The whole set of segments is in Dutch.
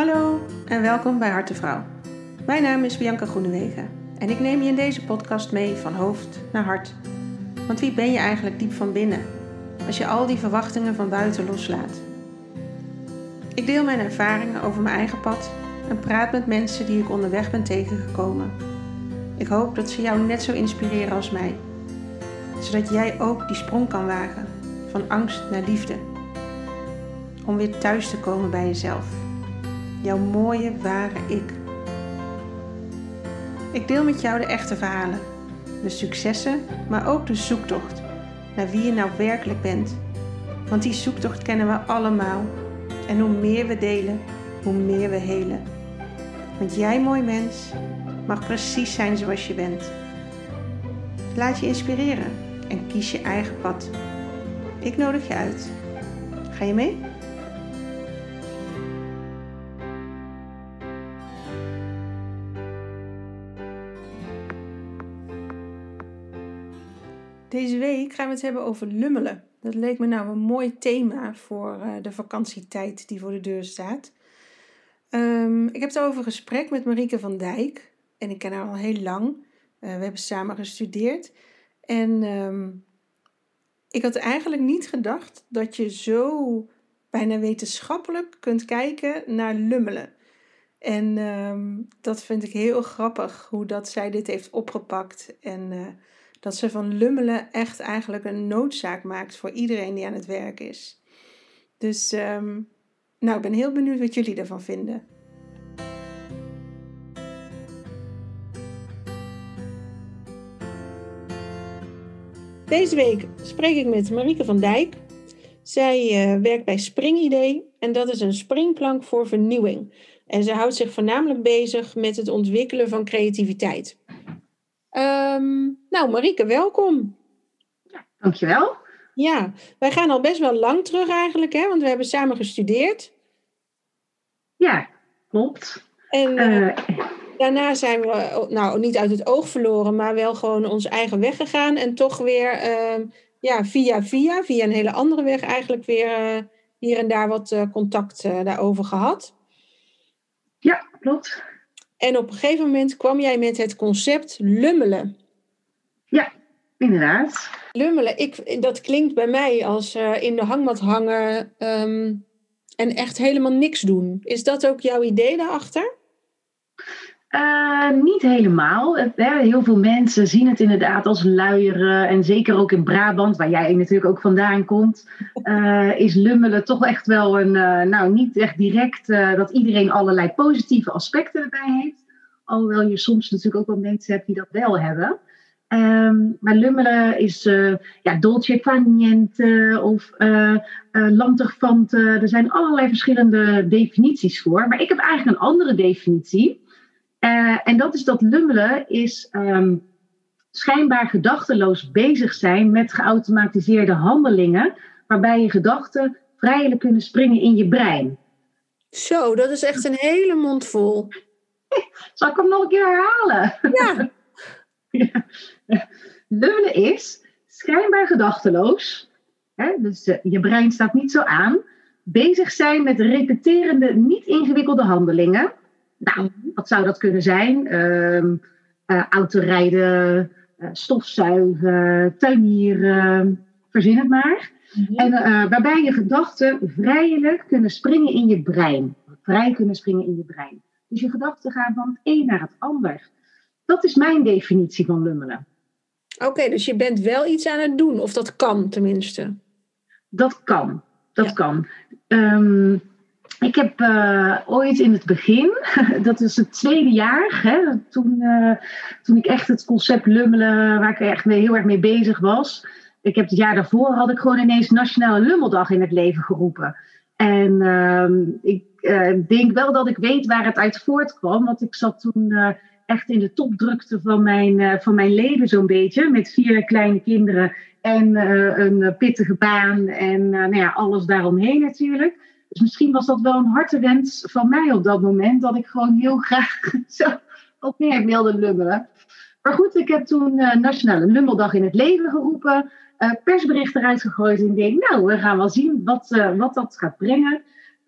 Hallo en welkom bij Hartevrouw. Mijn naam is Bianca Groenewegen en ik neem je in deze podcast mee van hoofd naar hart. Want wie ben je eigenlijk diep van binnen, als je al die verwachtingen van buiten loslaat? Ik deel mijn ervaringen over mijn eigen pad en praat met mensen die ik onderweg ben tegengekomen. Ik hoop dat ze jou net zo inspireren als mij, zodat jij ook die sprong kan wagen van angst naar liefde. Om weer thuis te komen bij jezelf. Jouw mooie, ware ik. Ik deel met jou de echte verhalen. De successen, maar ook de zoektocht naar wie je nou werkelijk bent. Want die zoektocht kennen we allemaal. En hoe meer we delen, hoe meer we helen. Want jij, mooi mens, mag precies zijn zoals je bent. Laat je inspireren en kies je eigen pad. Ik nodig je uit. Ga je mee? Deze week gaan we het hebben over lummelen. Dat leek me nou een mooi thema voor de vakantietijd die voor de deur staat. Ik heb het over een gesprek met Marieke van Dijk. En ik ken haar al heel lang. We hebben samen gestudeerd. En ik had eigenlijk niet gedacht dat je zo bijna wetenschappelijk kunt kijken naar lummelen. En dat vind ik heel grappig hoe dat zij dit heeft opgepakt. En dat ze van lummelen echt eigenlijk een noodzaak maakt voor iedereen die aan het werk is. Dus ik ben heel benieuwd wat jullie daarvan vinden. Deze week spreek ik met Marieke van Dijk. Zij werkt bij Springidee en dat is een springplank voor vernieuwing. En ze houdt zich voornamelijk bezig met het ontwikkelen van creativiteit. Marieke, welkom. Ja, dankjewel. Ja, wij gaan al best wel lang terug eigenlijk, hè? Want we hebben samen gestudeerd. Ja, klopt. En daarna zijn we niet uit het oog verloren, maar wel gewoon onze eigen weg gegaan. En toch weer via een hele andere weg eigenlijk weer hier en daar wat contact daarover gehad. Ja, klopt. En op een gegeven moment kwam jij met het concept lummelen. Ja, inderdaad. Lummelen, dat klinkt bij mij als in de hangmat hangen en echt helemaal niks doen. Is dat ook jouw idee daarachter? Niet helemaal. Heel veel mensen zien het inderdaad als luieren. En zeker ook in Brabant, waar jij natuurlijk ook vandaan komt, is lummelen toch echt wel niet echt direct dat iedereen allerlei positieve aspecten erbij heeft. Alhoewel je soms natuurlijk ook wel mensen hebt die dat wel hebben. Maar lummelen is dolce far niente of lanterfante. Er zijn allerlei verschillende definities voor. Maar ik heb eigenlijk een andere definitie. En dat is dat lummelen is schijnbaar gedachteloos bezig zijn met geautomatiseerde handelingen, waarbij je gedachten vrijelijk kunnen springen in je brein. Zo, dat is echt een hele mond vol. Zal ik hem nog een keer herhalen? Ja. Ja. Lummelen is schijnbaar gedachteloos, dus je brein staat niet zo aan, bezig zijn met repeterende, niet ingewikkelde handelingen. Nou, wat zou dat kunnen zijn? Autorijden, stofzuigen, tuinieren, verzin het maar. Mm-hmm. En waarbij je gedachten vrijelijk kunnen springen in je brein. Vrij kunnen springen in je brein. Dus je gedachten gaan van het een naar het ander. Dat is mijn definitie van lummelen. Oké, dus je bent wel iets aan het doen, of dat kan tenminste? Dat kan. Ik heb ooit in het begin, dat is het tweede jaar, toen ik echt het concept lummelen, waar ik echt heel erg mee bezig was. Het jaar daarvoor had ik gewoon ineens Nationale Lummeldag in het leven geroepen. En ik denk wel dat ik weet waar het uit voortkwam, want ik zat toen echt in de topdrukte van mijn leven zo'n beetje, met 4 kleine kinderen en een pittige baan en alles daaromheen natuurlijk. Dus misschien was dat wel een hartewens van mij op dat moment, dat ik gewoon heel graag zo op meer wilde lummelen. Maar goed, ik heb toen Nationale Lummeldag in het leven geroepen, persbericht eruit gegooid en ik denk, we gaan wel zien wat dat gaat brengen.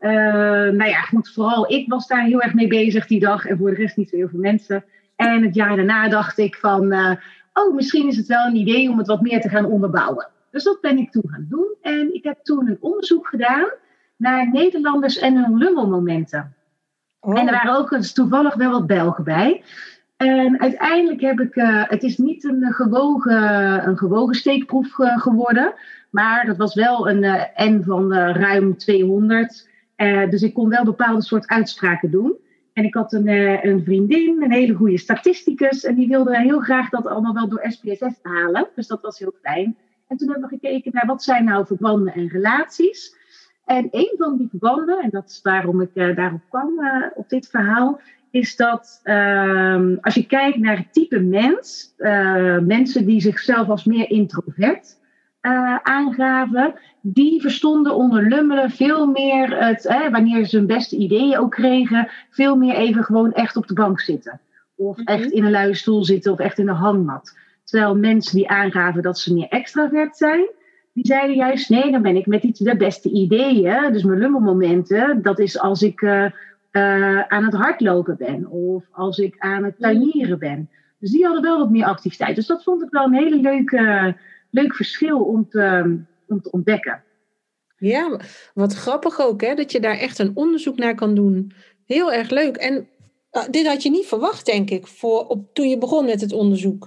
Nou ja, goed, vooral ik was daar heel erg mee bezig die dag. En voor de rest niet zo heel veel mensen. En het jaar daarna dacht ik van... misschien is het wel een idee om het wat meer te gaan onderbouwen. Dus dat ben ik toen gaan doen. En ik heb toen een onderzoek gedaan naar Nederlanders en hun lummelmomenten. Oh. En er waren ook dus toevallig wel wat Belgen bij. En uiteindelijk heb ik... het is niet een gewogen steekproef geworden. Maar dat was wel een N van ruim 200. Dus ik kon wel bepaalde soort uitspraken doen. En ik had een vriendin, een hele goede statisticus. En die wilde heel graag dat allemaal wel door SPSS halen. Dus dat was heel fijn. En toen hebben we gekeken naar wat zijn nou verbanden en relaties. En een van die verbanden, en dat is waarom ik daarop kwam op dit verhaal... is dat als je kijkt naar het type mens... mensen die zichzelf als meer introvert aangaven... die verstonden onder lummelen veel meer het... wanneer ze hun beste ideeën ook kregen... veel meer even gewoon echt op de bank zitten. Of echt in een luie stoel zitten of echt in een hangmat. Terwijl mensen die aangaven dat ze meer extravert zijn... die zeiden juist, nee, dan ben ik met iets de beste ideeën. Dus mijn lummelmomenten, dat is als ik aan het hardlopen ben. Of als ik aan het tuinieren ben. Dus die hadden wel wat meer activiteit. Dus dat vond ik wel een hele leuk verschil om te ontdekken. Ja, wat grappig ook, hè, dat je daar echt een onderzoek naar kan doen. Heel erg leuk. En dit had je niet verwacht, denk ik, toen je begon met het onderzoek.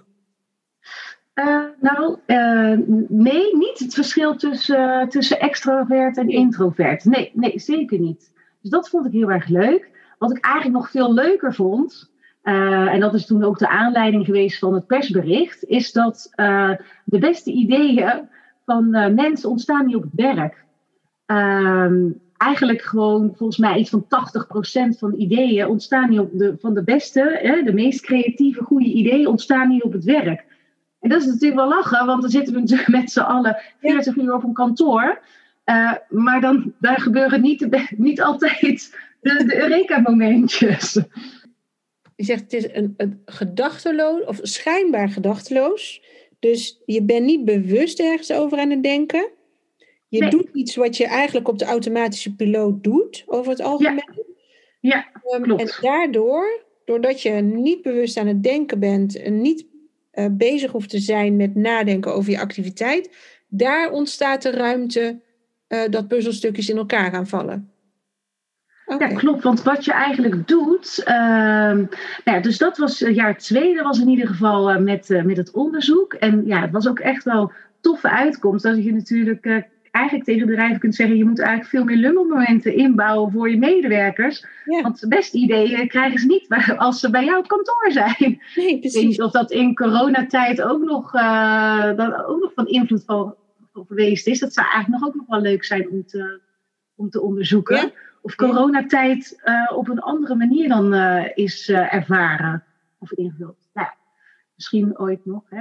Nee, niet het verschil tussen extrovert en introvert. Nee, zeker niet. Dus dat vond ik heel erg leuk. Wat ik eigenlijk nog veel leuker vond... en dat is toen ook de aanleiding geweest van het persbericht... is dat de beste ideeën van mensen ontstaan niet op het werk. Eigenlijk gewoon volgens mij iets van 80% van de ideeën ontstaan niet van de beste... de meest creatieve, goede ideeën ontstaan niet op het werk. En dat is natuurlijk wel lachen, want dan zitten we natuurlijk met z'n allen 40 uur op een kantoor. Maar daar gebeuren niet altijd de Eureka-momentjes. Je zegt het is een gedachteloos, of schijnbaar gedachteloos. Dus je bent niet bewust ergens over aan het denken. Je doet iets wat je eigenlijk op de automatische piloot doet, over het algemeen. Ja, klopt. En daardoor, doordat je niet bewust aan het denken bent en niet bezig hoeft te zijn met nadenken over je activiteit, daar ontstaat de ruimte dat puzzelstukjes in elkaar gaan vallen. Okay. Ja, klopt. Want wat je eigenlijk doet... dus dat was jaar 2. Dat was in ieder geval met het onderzoek. En ja, het was ook echt wel toffe uitkomst. Dat je natuurlijk eigenlijk tegen bedrijven kunt zeggen... je moet eigenlijk veel meer lummelmomenten inbouwen voor je medewerkers. Ja. Want de beste ideeën krijgen ze niet als ze bij jou op kantoor zijn. Nee, precies. Ik weet niet of dat in coronatijd ook nog van invloed van geweest is. Dat zou eigenlijk ook nog wel leuk zijn om te onderzoeken. Ja. Of coronatijd op een andere manier dan is ervaren of ingevuld. Nou, misschien ooit nog. Hè?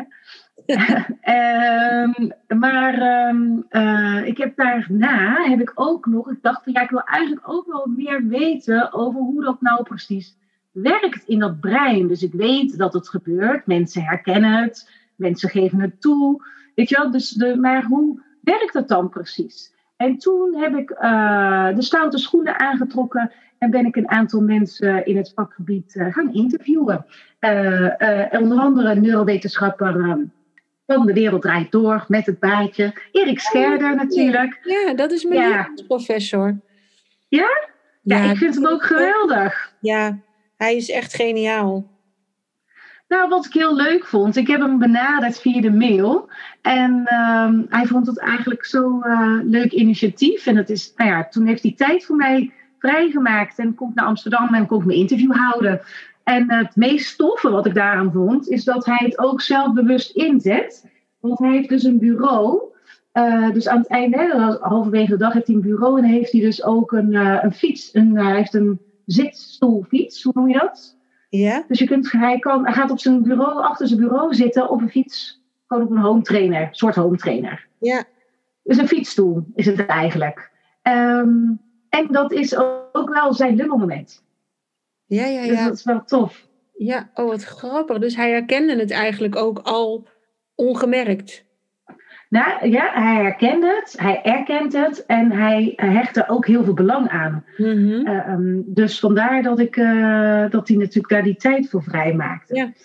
Ik heb daarna, ik dacht van ja, ik wil eigenlijk ook wel meer weten over hoe dat nou precies werkt in dat brein. Dus ik weet dat het gebeurt, mensen herkennen het, mensen geven het toe. Weet je wel, maar hoe werkt het dan precies? En toen heb ik de stoute schoenen aangetrokken en ben ik een aantal mensen in het vakgebied gaan interviewen. Onder andere een neurowetenschapper van De Wereld Draait Door met het baadje. Erik Scherder natuurlijk. Ja, dat is mijn professor. Ja? Ja, ik vind hem ook geweldig. Ja, hij is echt geniaal. Nou, wat ik heel leuk vond, ik heb hem benaderd via de mail. En hij vond het eigenlijk zo'n leuk initiatief. En dat is, toen heeft hij tijd voor mij vrijgemaakt. En komt naar Amsterdam en kon ik mijn interview houden. En het meest toffe wat ik daaraan vond, is dat hij het ook zelfbewust inzet. Want hij heeft dus een bureau. Dus aan het einde, halverwege de dag, heeft hij een bureau. En heeft hij dus ook een fiets. Hij heeft een zitstoelfiets, hoe noem je dat? Ja. Dus hij gaat op zijn bureau, achter zijn bureau zitten op een fiets. Gewoon op een home trainer, soort home trainer. Ja. Dus een fietsstoel is het eigenlijk. En dat is ook wel zijn lummelmoment. Ja. Dus dat is wel tof. Ja, wat grappig. Dus hij herkende het eigenlijk ook al ongemerkt. Nou ja, hij herkent het, hij erkent het en hij hecht er ook heel veel belang aan. Mhm. Dus vandaar dat hij natuurlijk daar die tijd voor vrij maakte. Ja.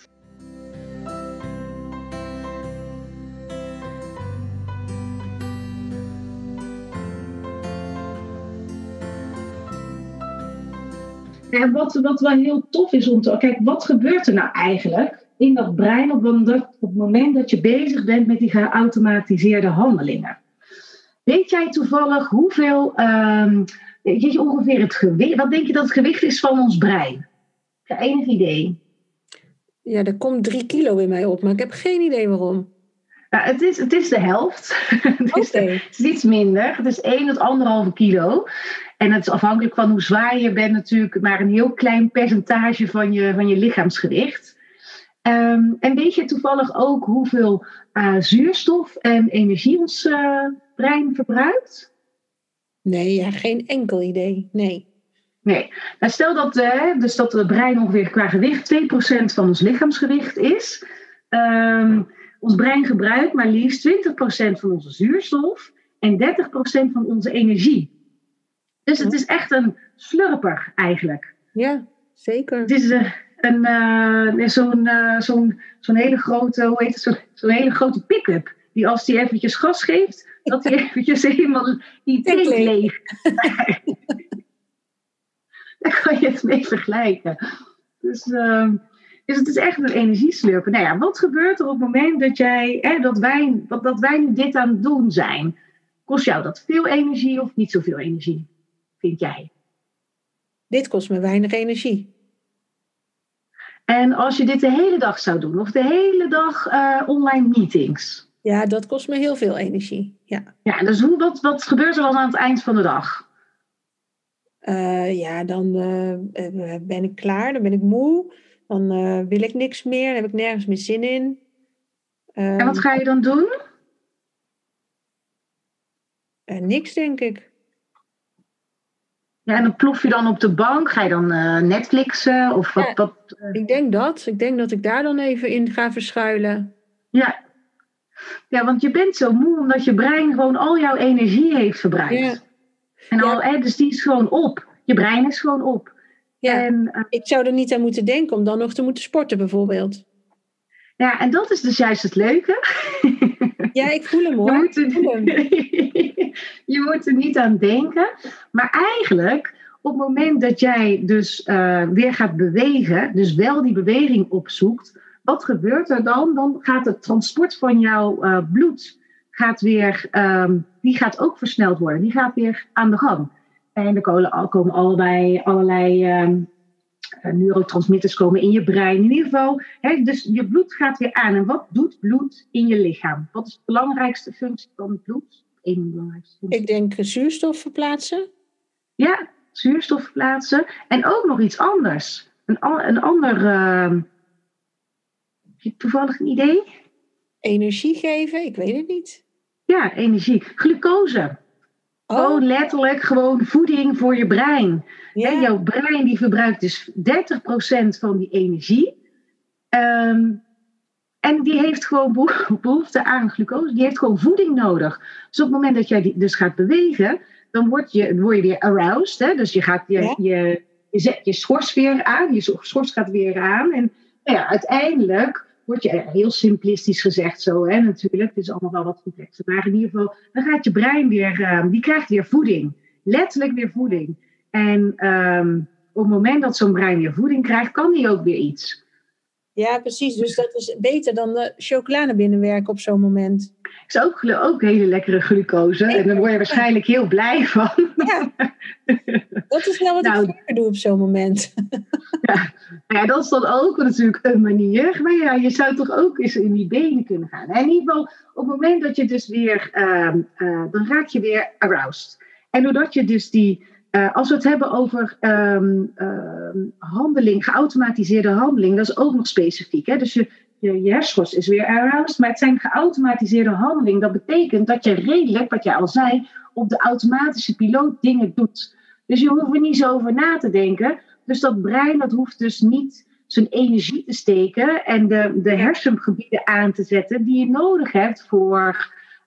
En wat wel heel tof is om te... Kijk, wat gebeurt er nou eigenlijk in dat brein op het moment dat je bezig bent met die geautomatiseerde handelingen? Weet jij toevallig hoeveel... weet je ongeveer het gewicht... Wat denk je dat het gewicht is van ons brein? Heb je enig idee? Ja, er komt 3 kilo in mij op, maar ik heb geen idee waarom. Nou, het is de helft. Oké. Het is iets minder. Het is 1 tot 1,5 kilo. En het is afhankelijk van hoe zwaar je bent natuurlijk maar een heel klein percentage van je lichaamsgewicht. En weet je toevallig ook hoeveel zuurstof en energie ons brein verbruikt? Nee, ja, geen enkel idee. Nee. Nee. Nou, stel dat het brein ongeveer qua gewicht 2% van ons lichaamsgewicht is. Ons brein gebruikt maar liefst 20% van onze zuurstof en 30% van onze energie. Dus het is echt een slurper eigenlijk. Ja, zeker. Het is zo'n hele grote, hoe heet het, zo'n hele grote pick-up. Die als die eventjes gas geeft, dat die eventjes helemaal die tank leeg. Daar kan je het mee vergelijken. Dus het is echt een energieslurper. Nou ja, wat gebeurt er op het moment dat wij nu dit aan het doen zijn? Kost jou dat veel energie of niet zoveel energie, vind jij? Dit kost me weinig energie. En als je dit de hele dag zou doen, of de hele dag online meetings? Ja, dat kost me heel veel energie. Ja, dus wat gebeurt er dan aan het eind van de dag? Dan ben ik klaar, dan ben ik moe. Dan wil ik niks meer, dan heb ik nergens meer zin in. En wat ga je dan doen? Niks, denk ik. Ja, en dan plof je dan op de bank? Ga je dan Netflixen? Of wat? Ja, ik denk dat. Ik denk dat ik daar dan even in ga verschuilen. Ja, want je bent zo moe omdat je brein gewoon al jouw energie heeft verbruikt. Ja. En dus die is gewoon op. Je brein is gewoon op. Ja, ik zou er niet aan moeten denken om dan nog te moeten sporten bijvoorbeeld. Ja, en dat is dus juist het leuke. Ja, ik voel hem hoor. Je moet er niet aan denken. Maar eigenlijk, op het moment dat jij dus weer gaat bewegen, dus wel die beweging opzoekt, wat gebeurt er dan? Dan gaat het transport van jouw bloed die gaat ook versneld worden. Die gaat weer aan de gang. En er komen allerlei neurotransmitters komen in je brein. In ieder geval, dus je bloed gaat weer aan. En wat doet bloed in je lichaam? Wat is de belangrijkste functie van het bloed? Ik denk zuurstof verplaatsen. Ja, zuurstof verplaatsen. En ook nog iets anders. Een ander... heb je toevallig een idee? Energie geven? Ik weet het niet. Ja, energie. Glucose. Gewoon letterlijk gewoon voeding voor je brein. Ja. En jouw brein die verbruikt dus 30% van die energie. En die heeft gewoon behoefte aan glucose. Die heeft gewoon voeding nodig. Dus op het moment dat jij dus gaat bewegen, dan word je weer aroused. Hè? Dus je gaat je zet je schors weer aan. Je schors gaat weer aan. En uiteindelijk word je heel simplistisch gezegd zo, hè, natuurlijk. Het is allemaal wel wat complexer. Maar in ieder geval, dan gaat je brein weer, die krijgt weer voeding. Letterlijk weer voeding. En op het moment dat zo'n brein weer voeding krijgt, kan die ook weer iets. Ja, precies. Dus dat is beter dan de chocolade binnenwerken op zo'n moment. Is ook hele lekkere glucose. En daar word je waarschijnlijk heel blij van. Ja, dat is nou wat ik vaker doe op zo'n moment. Ja, dat is dan ook natuurlijk een manier. Maar ja, je zou toch ook eens in die benen kunnen gaan. En in ieder geval, op het moment dat je dus weer... dan raak je weer aroused. En doordat je dus als we het hebben over handeling, geautomatiseerde handeling, dat is ook nog specifiek. Hè? Dus je hersenschors is weer aroused, maar het zijn geautomatiseerde handelingen. Dat betekent dat je redelijk, wat jij al zei, op de automatische piloot dingen doet. Dus je hoeft er niet zo over na te denken. Dus dat brein, dat hoeft dus niet zijn energie te steken en de hersengebieden aan te zetten die je nodig hebt voor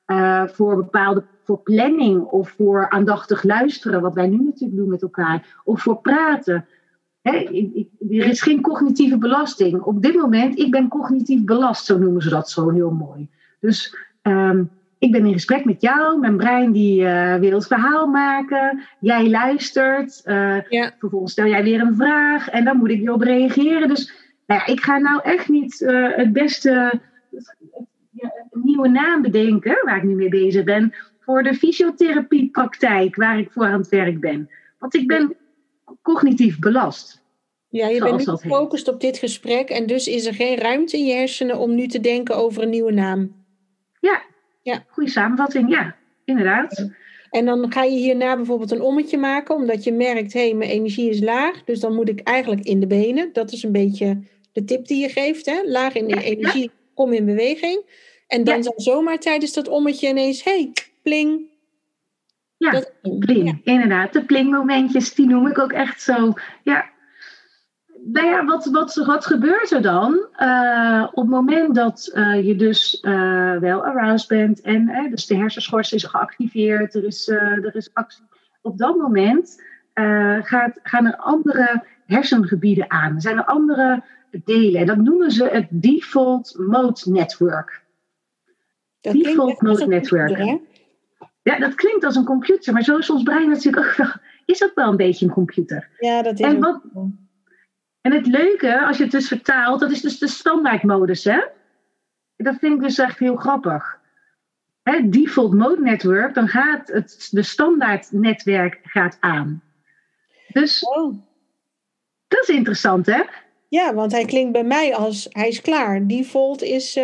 voor planning of voor aandachtig luisteren, wat wij nu natuurlijk doen met elkaar, of voor praten. Er is geen cognitieve belasting. Op dit moment, ik ben cognitief belast, zo noemen ze dat zo heel mooi. Dus ik ben in gesprek met jou, mijn brein die wil het verhaal maken, jij luistert, vervolgens stel jij weer een vraag en dan moet ik erop reageren. Dus ik ga nou echt niet het beste een nieuwe naam bedenken, waar ik nu mee bezig ben, voor de fysiotherapiepraktijk waar ik voor aan het werk ben. Want ik ben cognitief belast. Ja, je bent nu gefocust op dit gesprek en dus is er geen ruimte in je hersenen om nu te denken over een nieuwe naam. Ja, goede samenvatting, ja, inderdaad. En dan ga je hierna bijvoorbeeld een ommetje maken, omdat je merkt, mijn energie is laag, dus dan moet ik eigenlijk in de benen. Dat is een beetje de tip die je geeft, hè? Laag in de energie, kom in beweging. En dan zal zomaar tijdens dat ommetje ineens, pling. Ja, pling, inderdaad. De plingmomentjes, die noem ik ook echt zo. Ja. Nou ja, wat gebeurt er dan? Op het moment dat je dus wel aroused bent en dus de hersenschors is geactiveerd, er is actie. Op dat moment gaan er andere hersengebieden aan. Er zijn er andere delen. En dat noemen ze het Default Mode Network. Default Mode Network. Ja, dat klinkt als een computer, maar zo is ons brein natuurlijk ook wel, is ook wel een beetje een computer. Ja, dat is En het leuke, als je het dus vertaalt, dat is dus de standaardmodus, hè? Dat vind ik dus echt heel grappig. Default Mode Network, dan gaat de standaard netwerk gaat aan. Dus dat is interessant, hè? Ja, want hij klinkt bij mij als hij is klaar. Default is,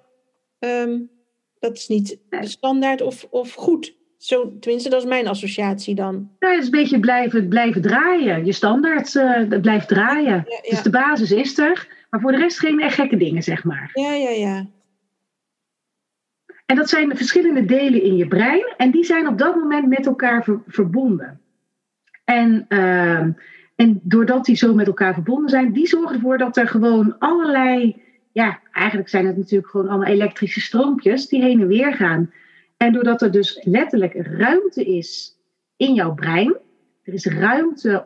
dat is niet de standaard of goed. Zo, tenminste, dat is mijn associatie dan. Ja, het is een beetje blijven draaien. Je standaard, het blijft draaien. Ja. Dus de basis is er. Maar voor de rest geen echt gekke dingen, zeg maar. Ja. En dat zijn de verschillende delen in je brein. En die zijn op dat moment met elkaar verbonden. En doordat die zo met elkaar verbonden zijn, die zorgen ervoor dat er gewoon allerlei, eigenlijk zijn het natuurlijk gewoon allemaal elektrische stroompjes die heen en weer gaan. En doordat er dus letterlijk ruimte is in jouw brein, er is ruimte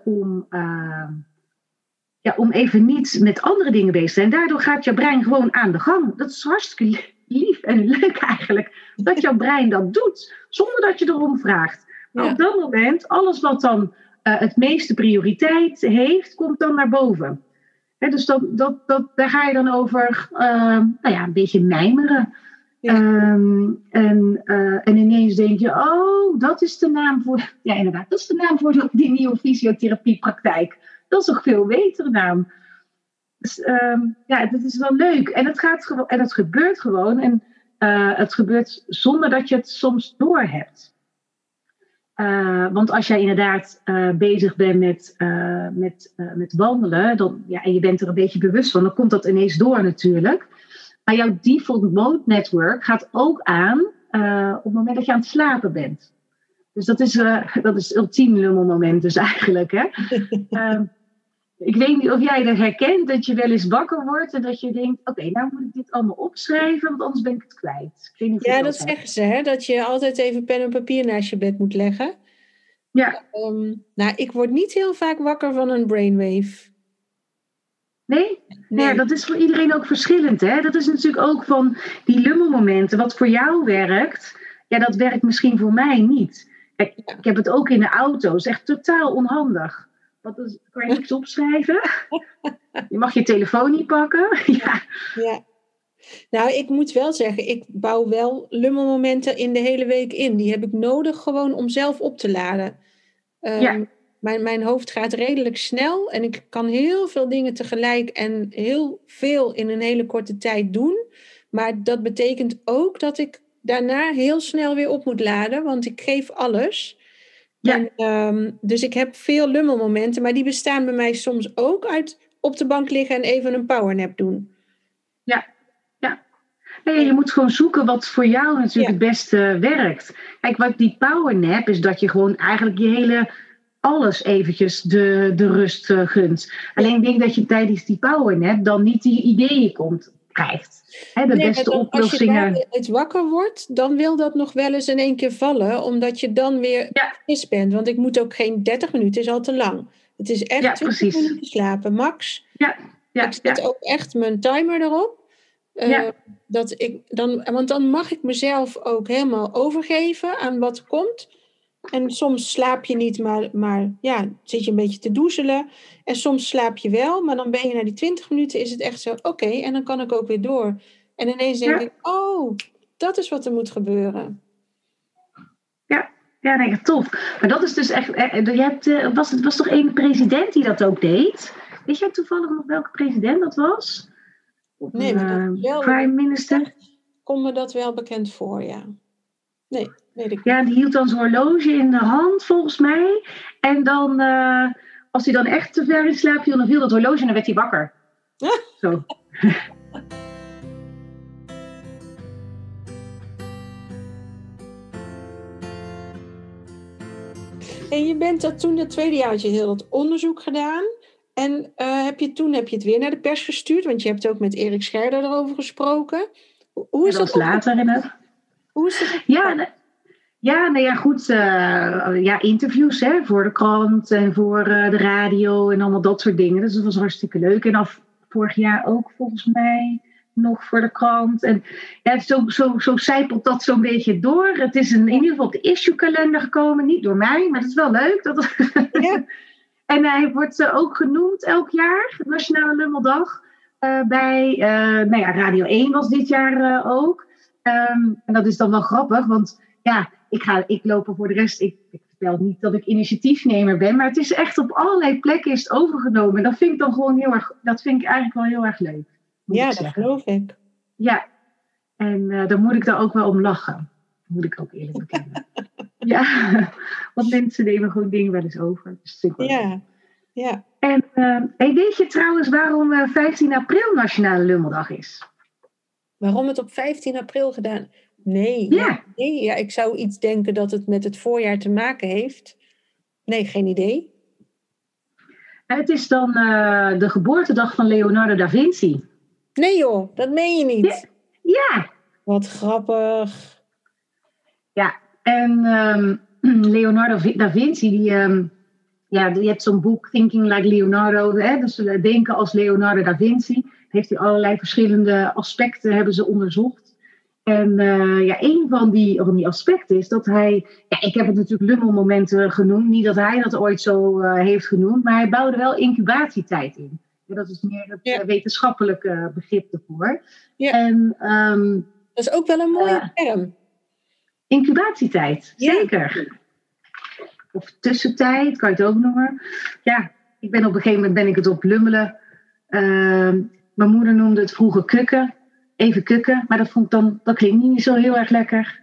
om even niet met andere dingen bezig te zijn. Daardoor gaat jouw brein gewoon aan de gang. Dat is hartstikke lief en leuk eigenlijk, dat jouw brein dat doet, zonder dat je erom vraagt. Maar op dat moment, alles wat dan het meeste prioriteit heeft, komt dan naar boven. Dus daar ga je dan over een beetje mijmeren. Ja. En ineens denk je, dat is de naam voor... Ja, inderdaad, dat is de naam voor die nieuwe fysiotherapiepraktijk. Dat is toch veel betere naam. Dus dat is wel leuk. En het gebeurt gewoon. En het gebeurt zonder dat je het soms doorhebt. Want als jij inderdaad bezig bent met wandelen, en je bent er een beetje bewust van, dan komt dat ineens door natuurlijk. Maar jouw default mode network gaat ook aan op het moment dat je aan het slapen bent. Dus dat is het ultieme lummelmoment dus eigenlijk. Hè? Ik weet niet of jij dat herkent, dat je wel eens wakker wordt en dat je denkt, oké, nou moet ik dit allemaal opschrijven, want anders ben ik het kwijt. Ik weet niet of dat zeggen ze, hè? Dat je altijd even pen en papier naast je bed moet leggen. Ja. Ik word niet heel vaak wakker van een brainwave. Nee? Ja, dat is voor iedereen ook verschillend. Hè? Dat is natuurlijk ook van die lummelmomenten. Wat voor jou werkt, dat werkt misschien voor mij niet. Kijk, ik heb het ook in de auto. Het is echt totaal onhandig. Kan je niks opschrijven? Je mag je telefoon niet pakken. Ja. Nou, ik moet wel zeggen, ik bouw wel lummelmomenten in de hele week in. Die heb ik nodig gewoon om zelf op te laden. Mijn hoofd gaat redelijk snel en ik kan heel veel dingen tegelijk en heel veel in een hele korte tijd doen. Maar dat betekent ook dat ik daarna heel snel weer op moet laden, want ik geef alles. Ja. Dus ik heb veel lummelmomenten, maar die bestaan bij mij soms ook uit op de bank liggen en even een powernap doen. Ja. Nee, je moet gewoon zoeken wat voor jou natuurlijk het beste werkt. Kijk, wat die powernap is dat je gewoon eigenlijk je hele alles eventjes de rust gunt. Alleen ik denk dat je tijdens die powernap dan niet die ideeën krijgt. De Nee, beste maar dan, als je oplossingen. daar uit wakker wordt, dan wil dat nog wel eens in één keer vallen, omdat je dan weer fris bent. Want ik moet ook geen 30 minuten, is al te lang. Het is echt 20 precies. minuten slapen, max. Ja, ik zet ook echt mijn timer erop. Want dan mag ik mezelf ook helemaal overgeven aan wat komt. En soms slaap je niet, maar zit je een beetje te doezelen. En soms slaap je wel, maar dan ben je na die 20 minuten is het echt zo, oké, en dan kan ik ook weer door. En ineens denk ik, dat is wat er moet gebeuren. Ja, nee, tof. Maar dat is dus echt, was toch één president die dat ook deed? Weet jij toevallig nog welke president dat was? Of nee, maar dat is wel prime minister? Komt me dat wel bekend voor, ja. Nee, weet ik niet. Ja, die hield dan zo'n horloge in de hand, volgens mij. En dan, als hij dan echt te ver in slaap viel, dan viel dat horloge en dan werd hij wakker. Zo. En je bent toen het tweede jaar had je heel dat onderzoek gedaan. En heb je het weer naar de pers gestuurd? Want je hebt ook met Erik Scherder erover gesproken. Hoe is dat later in het? Hoe is dat? Goed. Interviews voor de krant en voor de radio en allemaal dat soort dingen. Dus dat was hartstikke leuk. En vorig jaar ook volgens mij nog voor de krant. En zo zijpelt dat zo'n beetje door. Het is in ieder geval op de issue-kalender gekomen. Niet door mij, maar dat is wel leuk. Ja. En hij wordt ook genoemd elk jaar, Nationale Lummeldag. Bij Radio 1 was dit jaar ook. En dat is dan wel grappig, want ik loop er voor de rest. Ik vertel niet dat ik initiatiefnemer ben, maar het is echt op allerlei plekken is het overgenomen. En dat vind ik dan gewoon dat vind ik eigenlijk wel heel erg leuk. Ja, dat geloof ik. Ja, en dan moet ik daar ook wel om lachen. Moet ik ook eerlijk bekennen. Ja, want mensen nemen gewoon dingen wel eens over. Dus dat vind ik wel ja. En weet je trouwens waarom 15 april Nationale Lummeldag is? Waarom het op 15 april gedaan? Nee, ik zou iets denken dat het met het voorjaar te maken heeft. Nee, geen idee. Het is dan de geboortedag van Leonardo da Vinci. Nee joh, dat meen je niet. Ja. Wat grappig. Ja, en Leonardo da Vinci, je hebt zo'n boek Thinking Like Leonardo, dus denken als Leonardo da Vinci. Heeft hij allerlei verschillende aspecten hebben ze onderzocht. En een van die aspecten is dat hij, ik heb het natuurlijk lummelmomenten genoemd, niet dat hij dat ooit zo heeft genoemd, maar hij bouwde wel incubatietijd in. Ja, dat is meer het wetenschappelijke begrip ervoor. Ja. En, dat is ook wel een mooie term. Incubatietijd, zeker. Of tussentijd, kan je het ook noemen. Ja, op een gegeven moment ben ik het op lummelen. Mijn moeder noemde het vroeger kukken. Even kukken, maar dat klinkt niet zo heel erg lekker.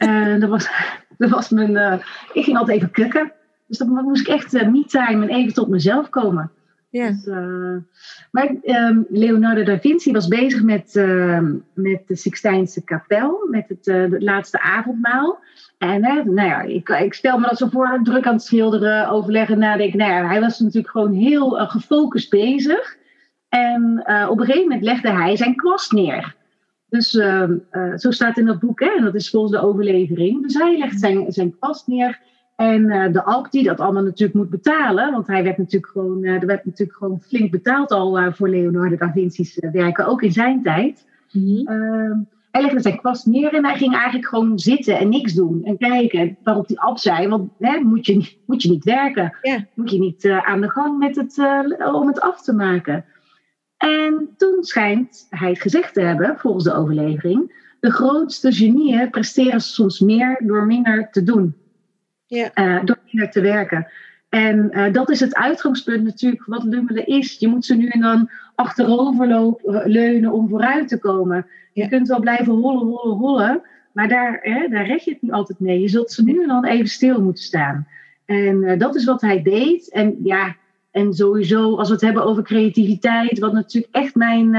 Dat was mijn... ik ging altijd even kukken. Dus dan moest ik echt me-time en even tot mezelf komen. Ja. Dus, maar Leonardo da Vinci was bezig met de Sixtijnse kapel, met het laatste avondmaal. En ik stel me dat zo voor, druk aan het schilderen, overleggen, nadenken. Hij was natuurlijk gewoon heel gefocust bezig. En op een gegeven moment legde hij zijn kwast neer. Dus zo staat in dat boek, en dat is volgens de overlevering. Dus hij legt zijn kwast neer. En de alk die dat allemaal natuurlijk moet betalen, want er werd natuurlijk gewoon flink betaald al voor Leonardo da Vinci's werken, ook in zijn tijd. Mm-hmm. Hij legde zijn kwast neer en hij ging eigenlijk gewoon zitten en niks doen en kijken waarop die ab zei, want moet je niet werken, moet je niet aan de gang met om het af te maken. En toen schijnt hij het gezegd te hebben, volgens de overlevering, de grootste genieën presteren soms meer door minder te doen. Ja. Door minder te werken. En dat is het uitgangspunt natuurlijk wat lummelen is. Je moet ze nu en dan achterover leunen om vooruit te komen. Ja. Je kunt wel blijven hollen. Maar daar red je het niet altijd mee. Je zult ze nu en dan even stil moeten staan. En dat is wat hij deed. En sowieso als we het hebben over creativiteit. Wat natuurlijk echt mijn...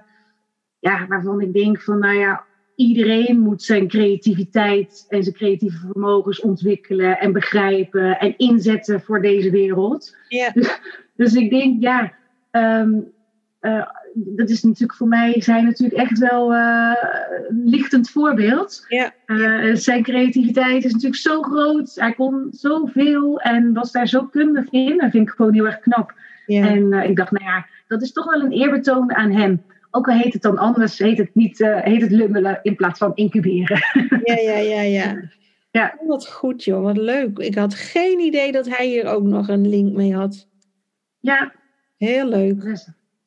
waarvan ik denk van iedereen moet zijn creativiteit en zijn creatieve vermogens ontwikkelen en begrijpen en inzetten voor deze wereld. Ja. Dus ik denk, dat is natuurlijk voor mij, zijn natuurlijk echt wel een lichtend voorbeeld. Ja. Zijn creativiteit is natuurlijk zo groot. Hij kon zoveel en was daar zo kundig in. Dat vind ik gewoon heel erg knap. Ja. En ik dacht, nou ja, dat is toch wel een eerbetoon aan hem. Ook al heet het dan anders, heet het lummelen in plaats van incuberen. Ja. Ja. Oh, wat goed joh, wat leuk. Ik had geen idee dat hij hier ook nog een link mee had. Ja. Heel leuk.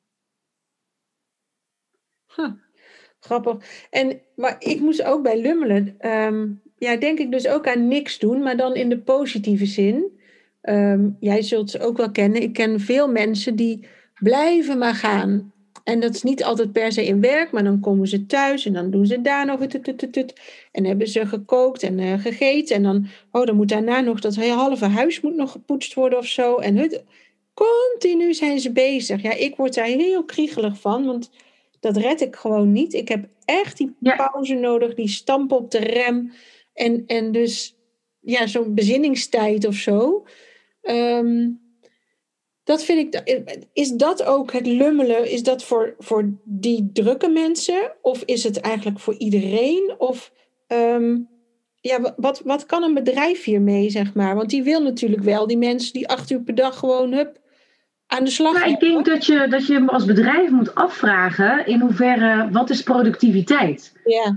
Grappig. Maar ik moest ook bij lummelen, denk ik dus ook aan niks doen, maar dan in de positieve zin. Jij zult ze ook wel kennen. Ik ken veel mensen die blijven maar gaan. En dat is niet altijd per se in werk, maar dan komen ze thuis en dan doen ze daar nog en hebben ze gekookt en gegeten. En dan moet daarna nog dat halve huis moet nog gepoetst worden of zo. En continu zijn ze bezig. Ja, ik word daar heel kriegelig van, want dat red ik gewoon niet. Ik heb echt die pauze nodig, die stamp op de rem. En dus zo'n bezinningstijd of zo. Dat vind ik. Is dat ook het lummelen? Is dat voor die drukke mensen? Of is het eigenlijk voor iedereen? Of wat kan een bedrijf hiermee, zeg maar? Want die wil natuurlijk wel die mensen die 8 uur per dag gewoon aan de slag gaan. Ik denk dat je als bedrijf moet afvragen in hoeverre, wat is productiviteit?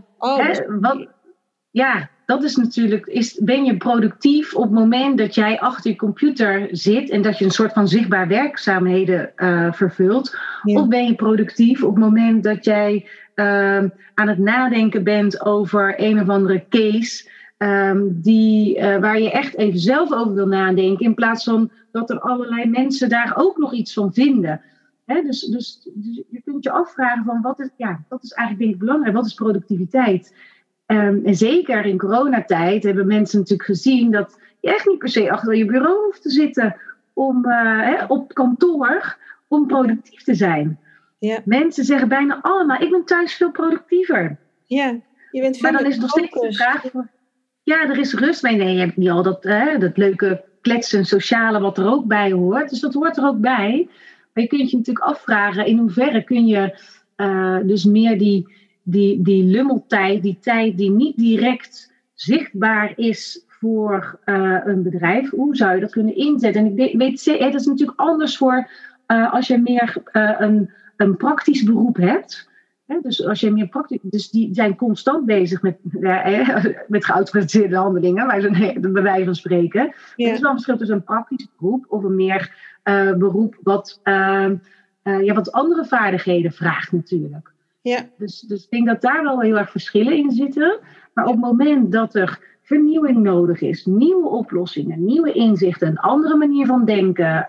Ja. Dat is natuurlijk, ben je productief op het moment dat jij achter je computer zit en dat je een soort van zichtbaar werkzaamheden vervult? Ja. Of ben je productief op het moment dat jij aan het nadenken bent over een of andere case waar je echt even zelf over wil nadenken in plaats van dat er allerlei mensen daar ook nog iets van vinden. Dus je kunt je afvragen van wat is eigenlijk denk ik belangrijk, wat is productiviteit? En zeker in coronatijd hebben mensen natuurlijk gezien dat je echt niet per se achter je bureau hoeft te zitten op kantoor om productief te zijn. Ja. Mensen zeggen bijna allemaal, ik ben thuis veel productiever. Ja, je bent veel maar dan is nog steeds de vraag, er is rust mee. Nee, je hebt niet al dat leuke kletsen, sociale wat er ook bij hoort. Dus dat hoort er ook bij. Maar je kunt je natuurlijk afvragen, in hoeverre kun je dus meer die lummeltijd, die tijd die niet direct zichtbaar is voor een bedrijf, hoe zou je dat kunnen inzetten? En ik weet, dat is natuurlijk anders voor als je meer een praktisch beroep hebt. Dus als je meer praktisch, dus die zijn constant bezig met geautomatiseerde handelingen, bij wijze van spreken. Ja. Er is wel een verschil tussen een praktisch beroep of een meer beroep wat andere vaardigheden vraagt natuurlijk. Ja. Dus ik denk dat daar wel heel erg verschillen in zitten. Maar op het moment dat er vernieuwing nodig is, nieuwe oplossingen, nieuwe inzichten, een andere manier van denken,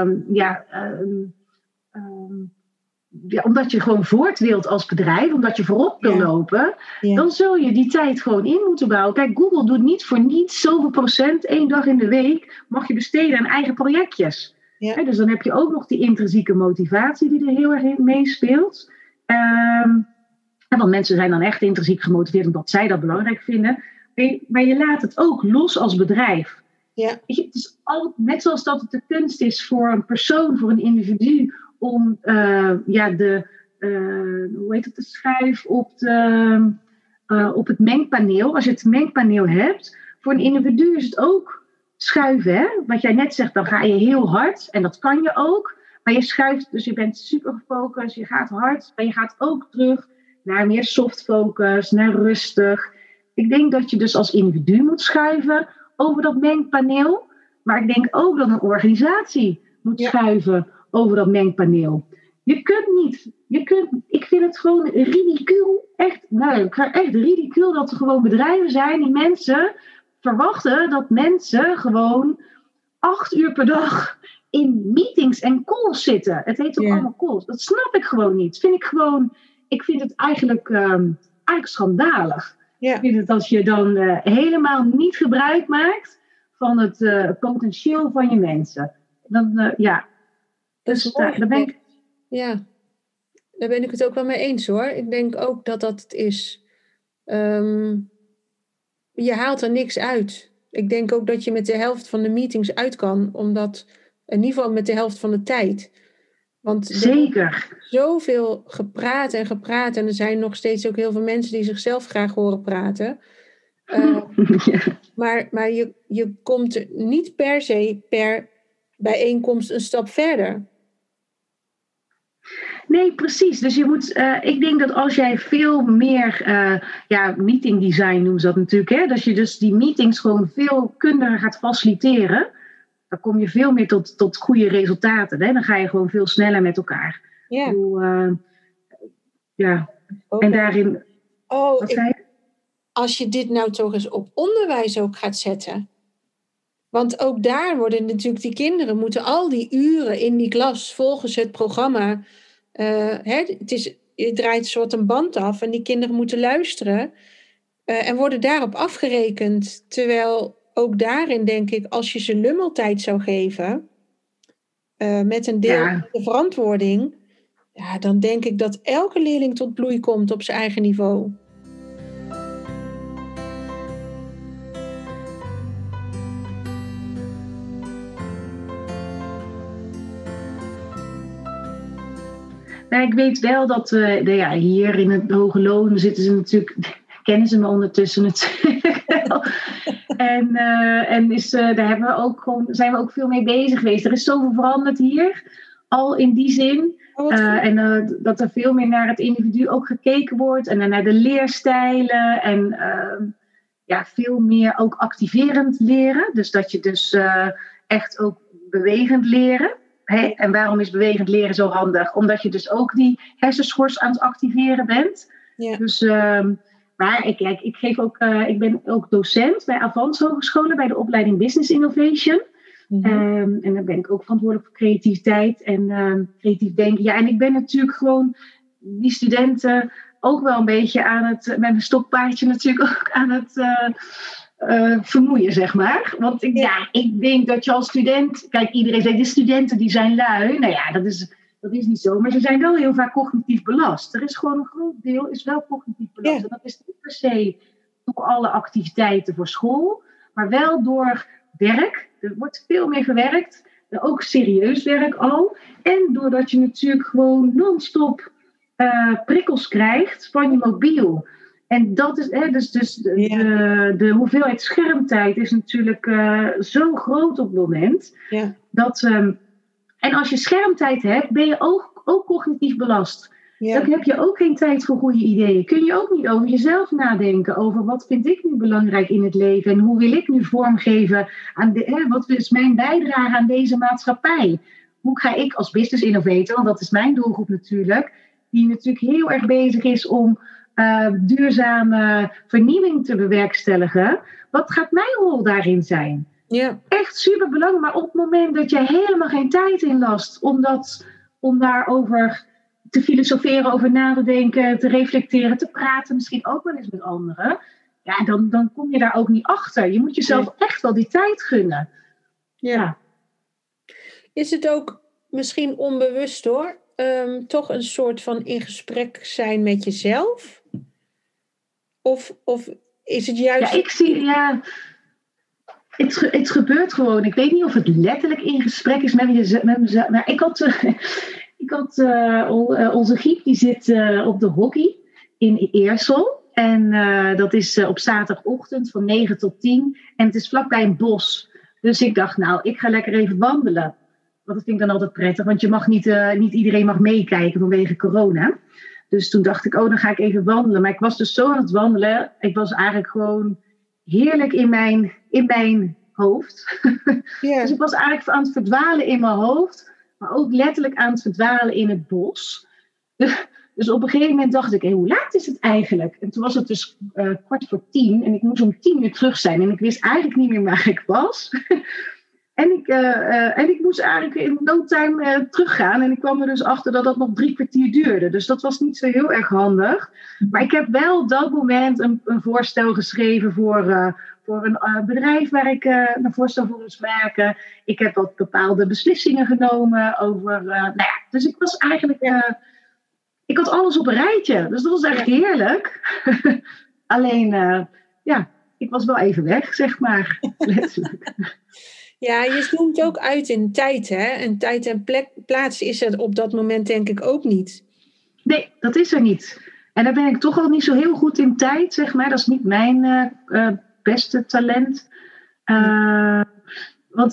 omdat je gewoon voort wilt als bedrijf, omdat je voorop wil lopen, dan zul je die tijd gewoon in moeten bouwen. Kijk, Google doet niet voor niets zoveel procent, 1 dag in de week mag je besteden aan eigen projectjes. Ja. Dus dan heb je ook nog die intrinsieke motivatie die er heel erg in meespeelt. Want mensen zijn dan echt intrinsiek gemotiveerd omdat zij dat belangrijk vinden. Maar je laat het ook los als bedrijf. Ja. Het is net zoals dat het de kunst is voor een persoon, voor een individu, om de schuif op het mengpaneel. Als je het mengpaneel hebt, voor een individu is het ook schuiven. Hè? Wat jij net zegt, dan ga je heel hard. En dat kan je ook. Maar je schuift, dus je bent super gefocust, je gaat hard, maar je gaat ook terug naar meer soft focus, naar rustig. Ik denk dat je dus als individu moet schuiven over dat mengpaneel. Maar ik denk ook dat een organisatie moet schuiven over dat mengpaneel. Je kunt niet. Ik vind het gewoon ridicuul. Echt ridicuul dat er gewoon bedrijven zijn die mensen verwachten dat mensen gewoon 8 uur per dag in meetings en calls zitten. Het heet toch allemaal calls? Dat snap ik gewoon niet. Ik vind het eigenlijk schandalig. Ja. Ik vind het als je dan helemaal niet gebruik maakt van het potentieel van je mensen. Dan, Dus daar ben ik het ook wel mee eens hoor. Ik denk ook dat het is. Je haalt er niks uit. Ik denk ook dat je met de helft van de meetings uit kan, omdat in ieder geval met de helft van de tijd. Want Zeker. Zoveel gepraat en er zijn nog steeds ook heel veel mensen die zichzelf graag horen praten. Maar je komt er niet per se per bijeenkomst een stap verder. Nee, precies. Dus je moet, ik denk dat als jij veel meer, meeting design noemen ze dat natuurlijk, hè? Dat je dus die meetings gewoon veel kundiger gaat faciliteren, dan kom je veel meer tot goede resultaten. Hè? Dan ga je gewoon veel sneller met elkaar. Ja. Ik bedoel, en daarin... Als je dit nou toch eens op onderwijs ook gaat zetten. Want ook daar worden natuurlijk die kinderen moeten al die uren in die klas volgens het programma. Je draait een soort een band af en die kinderen moeten luisteren en worden daarop afgerekend. Terwijl ook daarin denk ik, als je ze lummeltijd zou geven met een deel van de verantwoording, dan denk ik dat elke leerling tot bloei komt op zijn eigen niveau. Nou, ik weet wel dat hier in het Hoge Loon zitten ze natuurlijk, kennen ze me ondertussen natuurlijk wel. En daar hebben we ook gewoon, zijn we ook veel mee bezig geweest. Er is zoveel veranderd hier, al in die zin. Dat er veel meer naar het individu ook gekeken wordt en naar de leerstijlen en veel meer ook activerend leren. Dus dat je dus echt ook bewegend leren. Hey, en waarom is bewegend leren zo handig? Omdat je dus ook die hersenschors aan het activeren bent. Ja. Dus, maar ik geef ook, ik ben ook docent bij Avans Hogescholen bij de opleiding Business Innovation. Mm-hmm. En dan ben ik ook verantwoordelijk voor creativiteit en creatief denken. Ja, en ik ben natuurlijk gewoon die studenten ook wel een beetje aan het, met mijn stokpaardje natuurlijk ook aan het vermoeien, zeg maar. Want ik denk dat je als student... Kijk, iedereen zegt, de studenten die zijn lui. Nou ja, dat is niet zo. Maar ze zijn wel heel vaak cognitief belast. Er is gewoon een groot deel is wel cognitief belast. Ja. En dat is niet per se door alle activiteiten voor school. Maar wel door werk. Er wordt veel meer gewerkt. Ook serieus werk al. En doordat je natuurlijk gewoon non-stop prikkels krijgt van je mobiel. En dat is, de hoeveelheid schermtijd is natuurlijk zo groot op het moment. Ja. Dat, en als je schermtijd hebt, ben je ook cognitief belast. Ja. Dan heb je ook geen tijd voor goede ideeën. Kun je ook niet over jezelf nadenken. Over wat vind ik nu belangrijk in het leven. En hoe wil ik nu vormgeven. Wat is mijn bijdrage aan deze maatschappij. Hoe ga ik als business innovator, want dat is mijn doelgroep natuurlijk. Die natuurlijk heel erg bezig is om duurzame vernieuwing te bewerkstelligen. Wat gaat mijn rol daarin zijn? Ja. Echt super belangrijk. Maar op het moment dat je helemaal geen tijd inlast om daarover te filosoferen, over na te denken, te reflecteren, te praten, misschien ook wel eens met anderen. Ja, dan kom je daar ook niet achter. Je moet jezelf echt wel die tijd gunnen. Ja. Is het ook misschien onbewust hoor, toch een soort van in gesprek zijn met jezelf? Of is het juist... Ja, ik zie... Ja, het gebeurt gewoon. Ik weet niet of het letterlijk in gesprek is met mezelf. Maar onze Giep, die zit op de hockey in Eersel. En dat is op zaterdagochtend van 9 tot 10. En het is vlakbij een bos. Dus ik dacht, ik ga lekker even wandelen. Want dat vind ik dan altijd prettig. Want je mag niet iedereen mag meekijken vanwege corona. Dus toen dacht ik, dan ga ik even wandelen. Maar ik was dus zo aan het wandelen. Ik was eigenlijk gewoon heerlijk in mijn hoofd. Yeah. Dus ik was eigenlijk aan het verdwalen in mijn hoofd. Maar ook letterlijk aan het verdwalen in het bos. Dus op een gegeven moment dacht ik, hoe laat is het eigenlijk? En toen was het dus 9:15. En ik moest om 10:00 terug zijn. En ik wist eigenlijk niet meer waar ik was. En ik moest eigenlijk in no time teruggaan. En ik kwam er dus achter dat dat nog 3 kwartier duurde. Dus dat was niet zo heel erg handig. Maar ik heb wel op dat moment een voorstel geschreven voor een bedrijf waar ik een voorstel voor moest maken. Ik heb wat bepaalde beslissingen genomen over... dus ik was eigenlijk... ik had alles op een rijtje. Dus dat was echt heerlijk. Alleen, ik was wel even weg, zeg maar. Letterlijk. Ja, je zoomt ook uit in tijd, hè? En tijd en plaats is er op dat moment denk ik ook niet. Nee, dat is er niet. En daar ben ik toch al niet zo heel goed in tijd, zeg maar. Dat is niet mijn beste talent. Want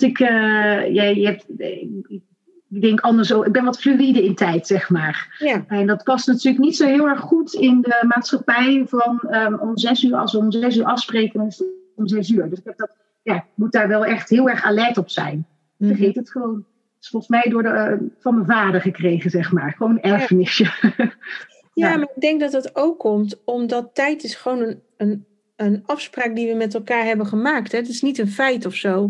ik denk anders, ik ben wat fluïde in tijd, zeg maar. Ja. En dat past natuurlijk niet zo heel erg goed in de maatschappij van om 6 uur, als we om 6 uur afspreken, dan is het om 6 uur. Dus ik moet daar wel echt heel erg alert op zijn. Ik vergeet het gewoon. Het is volgens mij van mijn vader gekregen, zeg maar. Gewoon een erfenisje. Ja, maar ik denk dat dat ook komt omdat tijd is gewoon een afspraak die we met elkaar hebben gemaakt. Hè? Het is niet een feit of zo.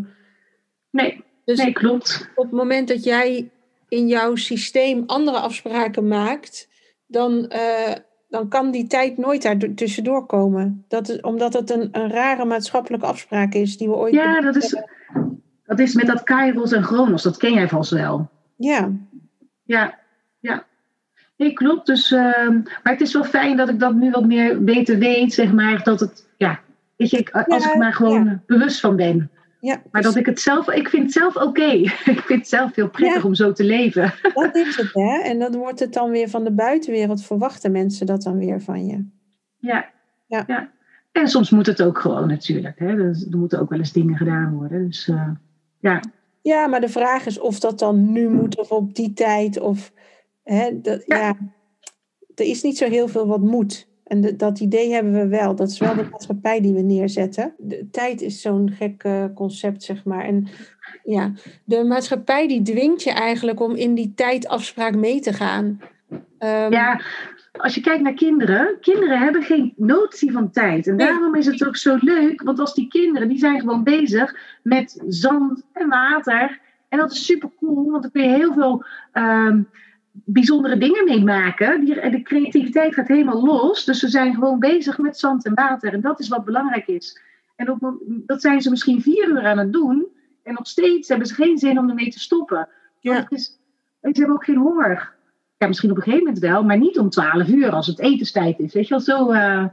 Nee, klopt. Op het moment dat jij in jouw systeem andere afspraken maakt, dan kan die tijd nooit daar tussendoor komen. Omdat het een rare maatschappelijke afspraak is die we ooit... Ja, dat is met dat Kairos en Chronos. Dat ken jij vast wel. Ja. Ja. Nee, klopt. Dus, maar het is wel fijn dat ik dat nu wat meer beter weet, zeg maar. Dat het, weet je, als ik maar gewoon bewust van ben. Ja, maar dat ik vind het zelf oké. Ik vind het zelf heel prettig om zo te leven. Dat is het, hè. En dan wordt het dan weer van de buitenwereld, verwachten mensen dat dan weer van je. Ja. En soms moet het ook gewoon natuurlijk. Hè. Dus er moeten ook wel eens dingen gedaan worden. Dus ja. Ja, maar de vraag is of dat dan nu moet of op die tijd. Of, er is niet zo heel veel wat moet. En dat idee hebben we wel. Dat is wel de maatschappij die we neerzetten. De tijd is zo'n gek concept, zeg maar. En ja, de maatschappij die dwingt je eigenlijk om in die tijdafspraak mee te gaan. Als je kijkt naar kinderen hebben geen notie van tijd. En daarom is het ook zo leuk, want als die kinderen, die zijn gewoon bezig met zand en water. En dat is super cool, want dan kun je heel veel bijzondere dingen mee maken. De creativiteit gaat helemaal los. Dus ze zijn gewoon bezig met zand en water. En dat is wat belangrijk is. En dat zijn ze misschien 4 uur aan het doen. En nog steeds hebben ze geen zin om ermee te stoppen. Want ze hebben ook geen honger. Ja, misschien op een gegeven moment wel, maar niet om 12 uur als het etenstijd is. Weet je wel, zo...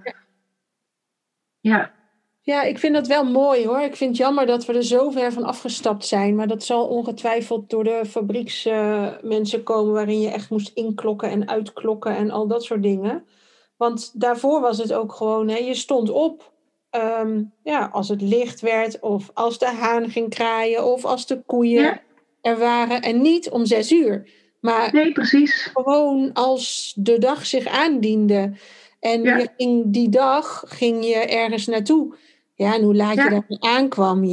Ja, ik vind dat wel mooi hoor. Ik vind het jammer dat we er zo ver van afgestapt zijn. Maar dat zal ongetwijfeld door de fabrieksmensen komen waarin je echt moest inklokken en uitklokken en al dat soort dingen. Want daarvoor was het ook gewoon, je stond op. Als het licht werd of als de haan ging kraaien of als de koeien er waren. En niet om 6 uur. Maar nee, precies. Gewoon als de dag zich aandiende. En die dag ging je ergens naartoe. Ja, en hoe laat je daar aankwam,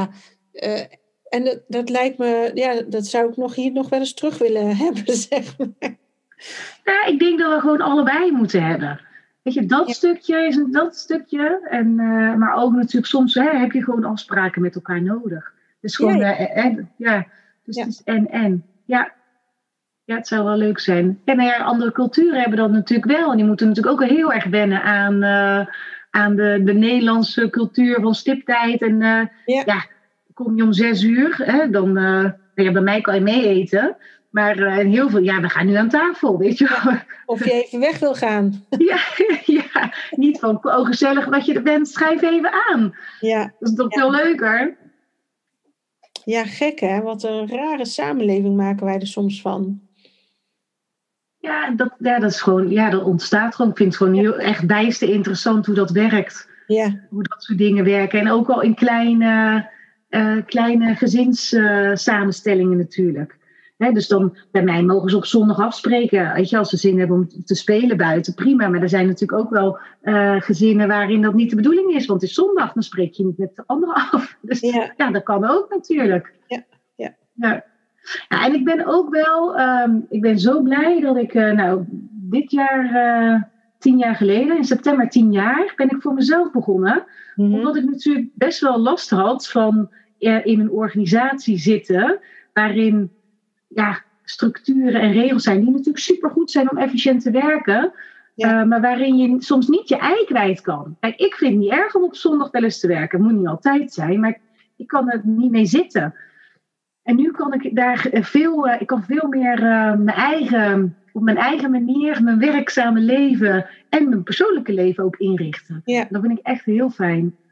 en dat lijkt me, dat zou ik hier nog wel eens terug willen hebben, zeg maar. Ja, ik denk dat we gewoon allebei moeten hebben. Weet je, dat stukje is dat stukje. En, maar ook natuurlijk soms heb je gewoon afspraken met elkaar nodig. Dus gewoon, dus het is en. Ja, het zou wel leuk zijn. En andere culturen hebben dat natuurlijk wel. En die moeten natuurlijk ook heel erg wennen aan de Nederlandse cultuur van stiptijd. En kom je om 6 uur, dan bij mij kan je mee eten. Maar heel veel, we gaan nu aan tafel, weet je wel. Of je even weg wil gaan. Ja, niet van, gezellig dat je er bent, schrijf even aan. Ja. Dat is toch veel leuker. Ja, gek hè. Wat een rare samenleving maken wij er soms van. Ja, dat is gewoon, dat ontstaat gewoon. Ik vind het gewoon heel echt bijster interessant hoe dat werkt. Ja. Hoe dat soort dingen werken. En ook al in kleine gezinssamenstellingen natuurlijk. Dus dan, bij mij mogen ze op zondag afspreken. Weet je, als ze zin hebben om te spelen buiten, prima. Maar er zijn natuurlijk ook wel gezinnen waarin dat niet de bedoeling is. Want het is zondag, dan spreek je niet met de anderen af. Dus dat kan ook natuurlijk. Ja. Ja, en ik ben ook wel, ik ben zo blij dat ik dit jaar, 10 jaar geleden, in september 10 jaar, ben ik voor mezelf begonnen. Mm-hmm. Omdat ik natuurlijk best wel last had van in een organisatie zitten, waarin structuren en regels zijn die natuurlijk supergoed zijn om efficiënt te werken. Maar waarin je soms niet je ei kwijt kan. Kijk, ik vind het niet erg om op zondag wel eens te werken. Het moet niet altijd zijn, maar ik kan er niet mee zitten. En nu kan ik daar veel meer op mijn eigen manier, mijn werkzame leven en mijn persoonlijke leven ook inrichten. Ja. Dat vind ik echt heel fijn. Ja.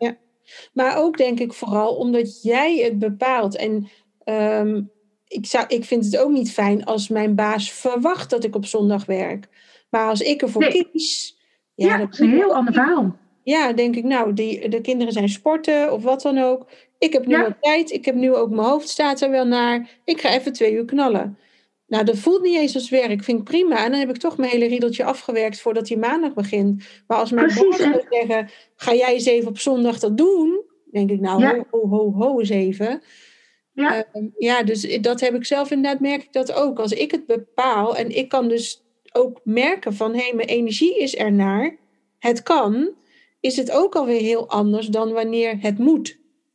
Maar ook denk ik vooral omdat jij het bepaalt. En ik vind het ook niet fijn als mijn baas verwacht dat ik op zondag werk. Maar als ik ervoor kies, Ja, dat is een heel ander verhaal. Ja, denk ik, nou, de kinderen zijn sporten of wat dan ook. Ik heb nu wat tijd. Ik heb nu ook mijn hoofd staat er wel naar. Ik ga even 2 uur knallen. Nou, dat voelt niet eens als werk. Vind ik prima. En dan heb ik toch mijn hele riedeltje afgewerkt voordat die maandag begint. Maar als mijn baas zou zeggen, ga jij eens even op zondag dat doen? Denk ik, nou, ho eens even. Ja, dus dat heb ik zelf inderdaad, merk ik dat ook. Als ik het bepaal en ik kan dus ook merken van, hé, mijn energie is ernaar. Het kan, is het ook alweer heel anders dan wanneer het moet.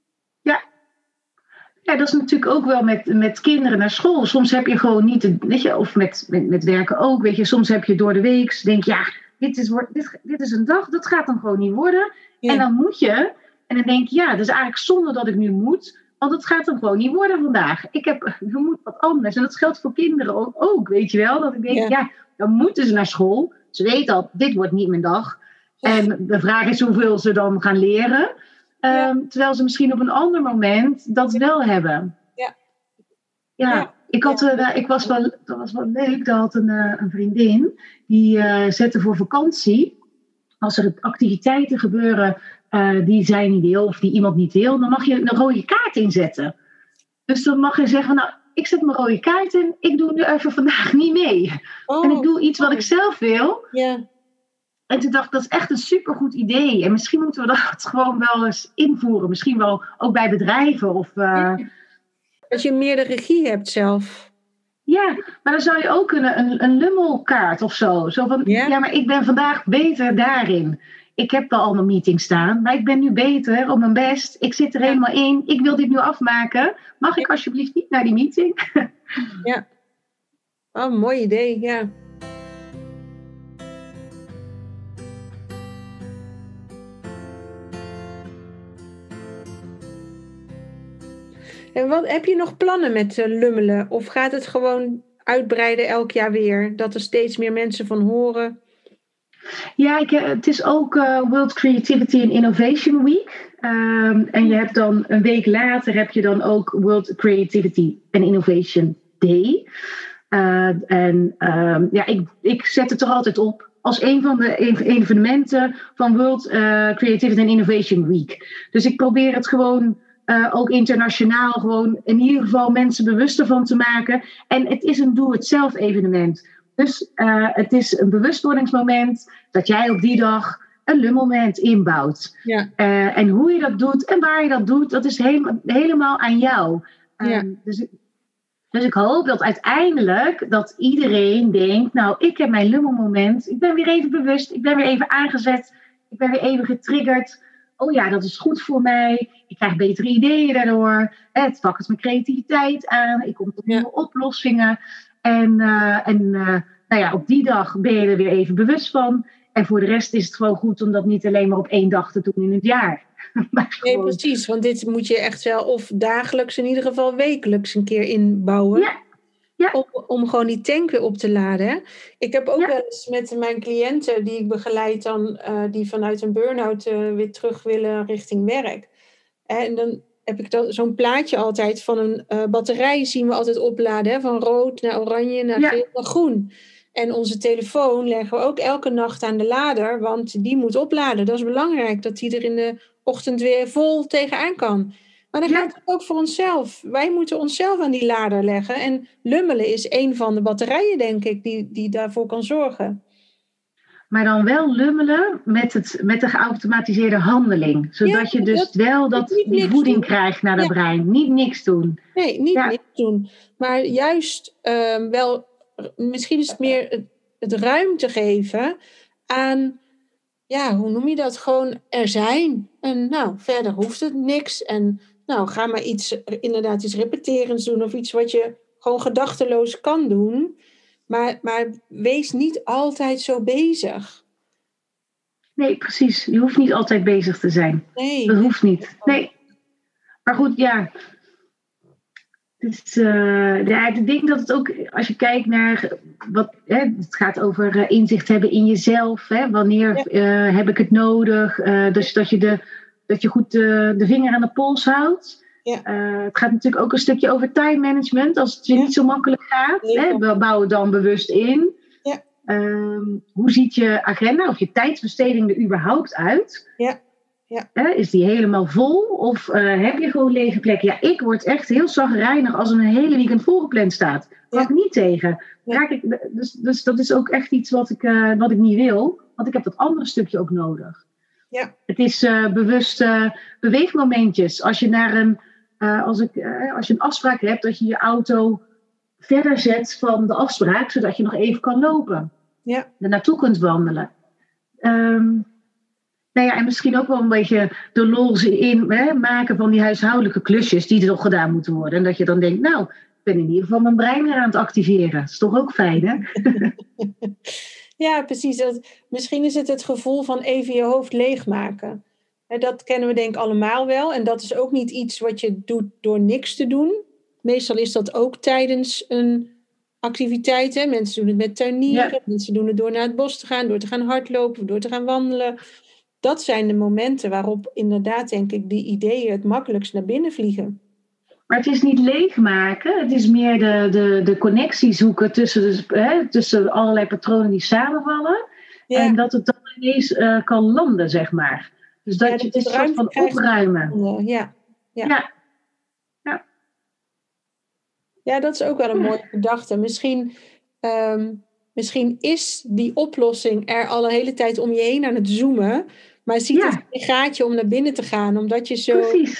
Ja, dat is natuurlijk ook wel met kinderen naar school. Soms heb je gewoon niet, weet je, of met werken ook, weet je. Soms heb je door de week, denk je, ja, dit is een dag, dat gaat dan gewoon niet worden. Ja. En dan moet je, en dan denk je, ja, dat is eigenlijk zonde dat ik nu moet, want het gaat dan gewoon niet worden vandaag. Je moet wat anders. En dat geldt voor kinderen ook, weet je wel. Dat ik denk, ja, dan moeten ze naar school. Ze weten al, dit wordt niet mijn dag. En de vraag is hoeveel ze dan gaan leren. Terwijl ze misschien op een ander moment dat wel hebben. Ja. Dat was wel leuk. Daar had een vriendin die zette voor vakantie. Als er activiteiten gebeuren die zij niet wil of die iemand niet wil, dan mag je een rode kaart inzetten. Dus dan mag je zeggen, nou, ik zet mijn rode kaart in. Ik doe nu even vandaag niet mee. En ik doe iets wat ik zelf wil. Ja. En toen dacht ik, dat is echt een supergoed idee. En misschien moeten we dat gewoon wel eens invoeren. Misschien wel ook bij bedrijven. Of, als je meer de regie hebt zelf. Ja, maar dan zou je ook een lummelkaart of zo. Zo van, ja, maar ik ben vandaag beter daarin. Ik heb wel al mijn meeting staan, maar ik ben nu beter op mijn best. Ik zit er helemaal in. Ik wil dit nu afmaken. Mag ik alsjeblieft niet naar die meeting? Ja. Oh, mooi idee, ja. En wat, heb je nog plannen met lummelen? Of gaat het gewoon uitbreiden elk jaar weer? Dat er steeds meer mensen van horen? Ja, het is ook World Creativity and Innovation Week. En je hebt dan een week later heb je dan ook World Creativity and Innovation Day. Ik zet het er altijd op als een van de evenementen van World Creativity and Innovation Week. Dus ik probeer het gewoon ook internationaal gewoon in ieder geval mensen bewuster van te maken. En het is een doe-het-zelf evenement. Dus het is een bewustwordingsmoment dat jij op die dag een lummoment inbouwt. Ja. En hoe je dat doet en waar je dat doet, dat is helemaal aan jou. Dus ik hoop dat uiteindelijk dat iedereen denkt, nou, ik heb mijn lummelmoment. Ik ben weer even bewust, ik ben weer even aangezet, ik ben weer even getriggerd. Oh ja, dat is goed voor mij. Ik krijg betere ideeën daardoor. Het wakkert mijn creativiteit aan. Ik kom tot nieuwe oplossingen. En op die dag ben je er weer even bewust van. En voor de rest is het gewoon goed om dat niet alleen maar op 1 dag te doen in het jaar. Nee, precies. Want dit moet je echt wel of dagelijks, in ieder geval wekelijks een keer inbouwen. Ja. Ja. Om gewoon die tank weer op te laden. Hè? Ik heb ook wel eens met mijn cliënten die ik begeleid dan, die vanuit een burn-out weer terug willen richting werk. En dan heb ik zo'n plaatje altijd van een batterij zien we altijd opladen. Hè? Van rood naar oranje naar geel naar groen. En onze telefoon leggen we ook elke nacht aan de lader, want die moet opladen. Dat is belangrijk, dat die er in de ochtend weer vol tegenaan kan. Maar dan gaat het ook voor onszelf. Wij moeten onszelf aan die lader leggen. En lummelen is een van de batterijen, denk ik, die daarvoor kan zorgen. Maar dan wel lummelen met de geautomatiseerde handeling. Zodat je dus wel die voeding krijgt naar het brein. Niet niks doen. Nee, niet niks doen. Maar juist wel, misschien is het meer het ruimte geven aan, hoe noem je dat? Gewoon er zijn. En verder hoeft het niks. En ga maar iets repeterends doen. Of iets wat je gewoon gedachteloos kan doen. Maar wees niet altijd zo bezig. Nee, precies. Je hoeft niet altijd bezig te zijn. Nee. Dat hoeft niet. Nee. Maar goed, ja. Dus, ik denk dat het ook, als je kijkt naar het gaat over inzicht hebben in jezelf. Hè, wanneer heb ik het nodig? Dus dat je dat je goed de vinger aan de pols houdt. Ja. Het gaat natuurlijk ook een stukje over time management. Als het je niet zo makkelijk gaat, we bouwen dan bewust in. Ja. Hoe ziet je agenda of je tijdsbesteding er überhaupt uit? Ja. Is die helemaal vol? Of heb je gewoon lege plekken? Ja, ik word echt heel chagrijnig als er een hele weekend volgepland staat. Kan ik niet tegen. Ja. Dus dat is ook echt iets wat ik niet wil. Want ik heb dat andere stukje ook nodig. Ja. Het is bewuste beweegmomentjes. Als je als je een afspraak hebt, dat je je auto verder zet van de afspraak, zodat je nog even kan lopen. Ja. Er naartoe kunt wandelen. En misschien ook wel een beetje de lol in maken van die huishoudelijke klusjes die er nog gedaan moeten worden. En dat je dan denkt, nou, ik ben in ieder geval mijn brein weer aan het activeren. Dat is toch ook fijn, hè? Ja, precies. Misschien is het gevoel van even je hoofd leegmaken. Dat kennen we denk ik allemaal wel. En dat is ook niet iets wat je doet door niks te doen. Meestal is dat ook tijdens een activiteit. Hè? Mensen doen het met tuinieren. Ja. Mensen doen het door naar het bos te gaan. Door te gaan hardlopen. Door te gaan wandelen. Dat zijn de momenten waarop inderdaad denk ik die ideeën het makkelijkst naar binnen vliegen. Maar het is niet leegmaken. Het is meer de connectie zoeken tussen allerlei patronen die samenvallen. Ja. En dat het dan ineens kan landen, zeg maar. Dus dat je het is een soort van opruimen. Ja, dat is ook wel een mooie gedachte. Misschien is die oplossing er al een hele tijd om je heen aan het zoomen. Maar ziet het een gaatje om naar binnen te gaan. Omdat je zo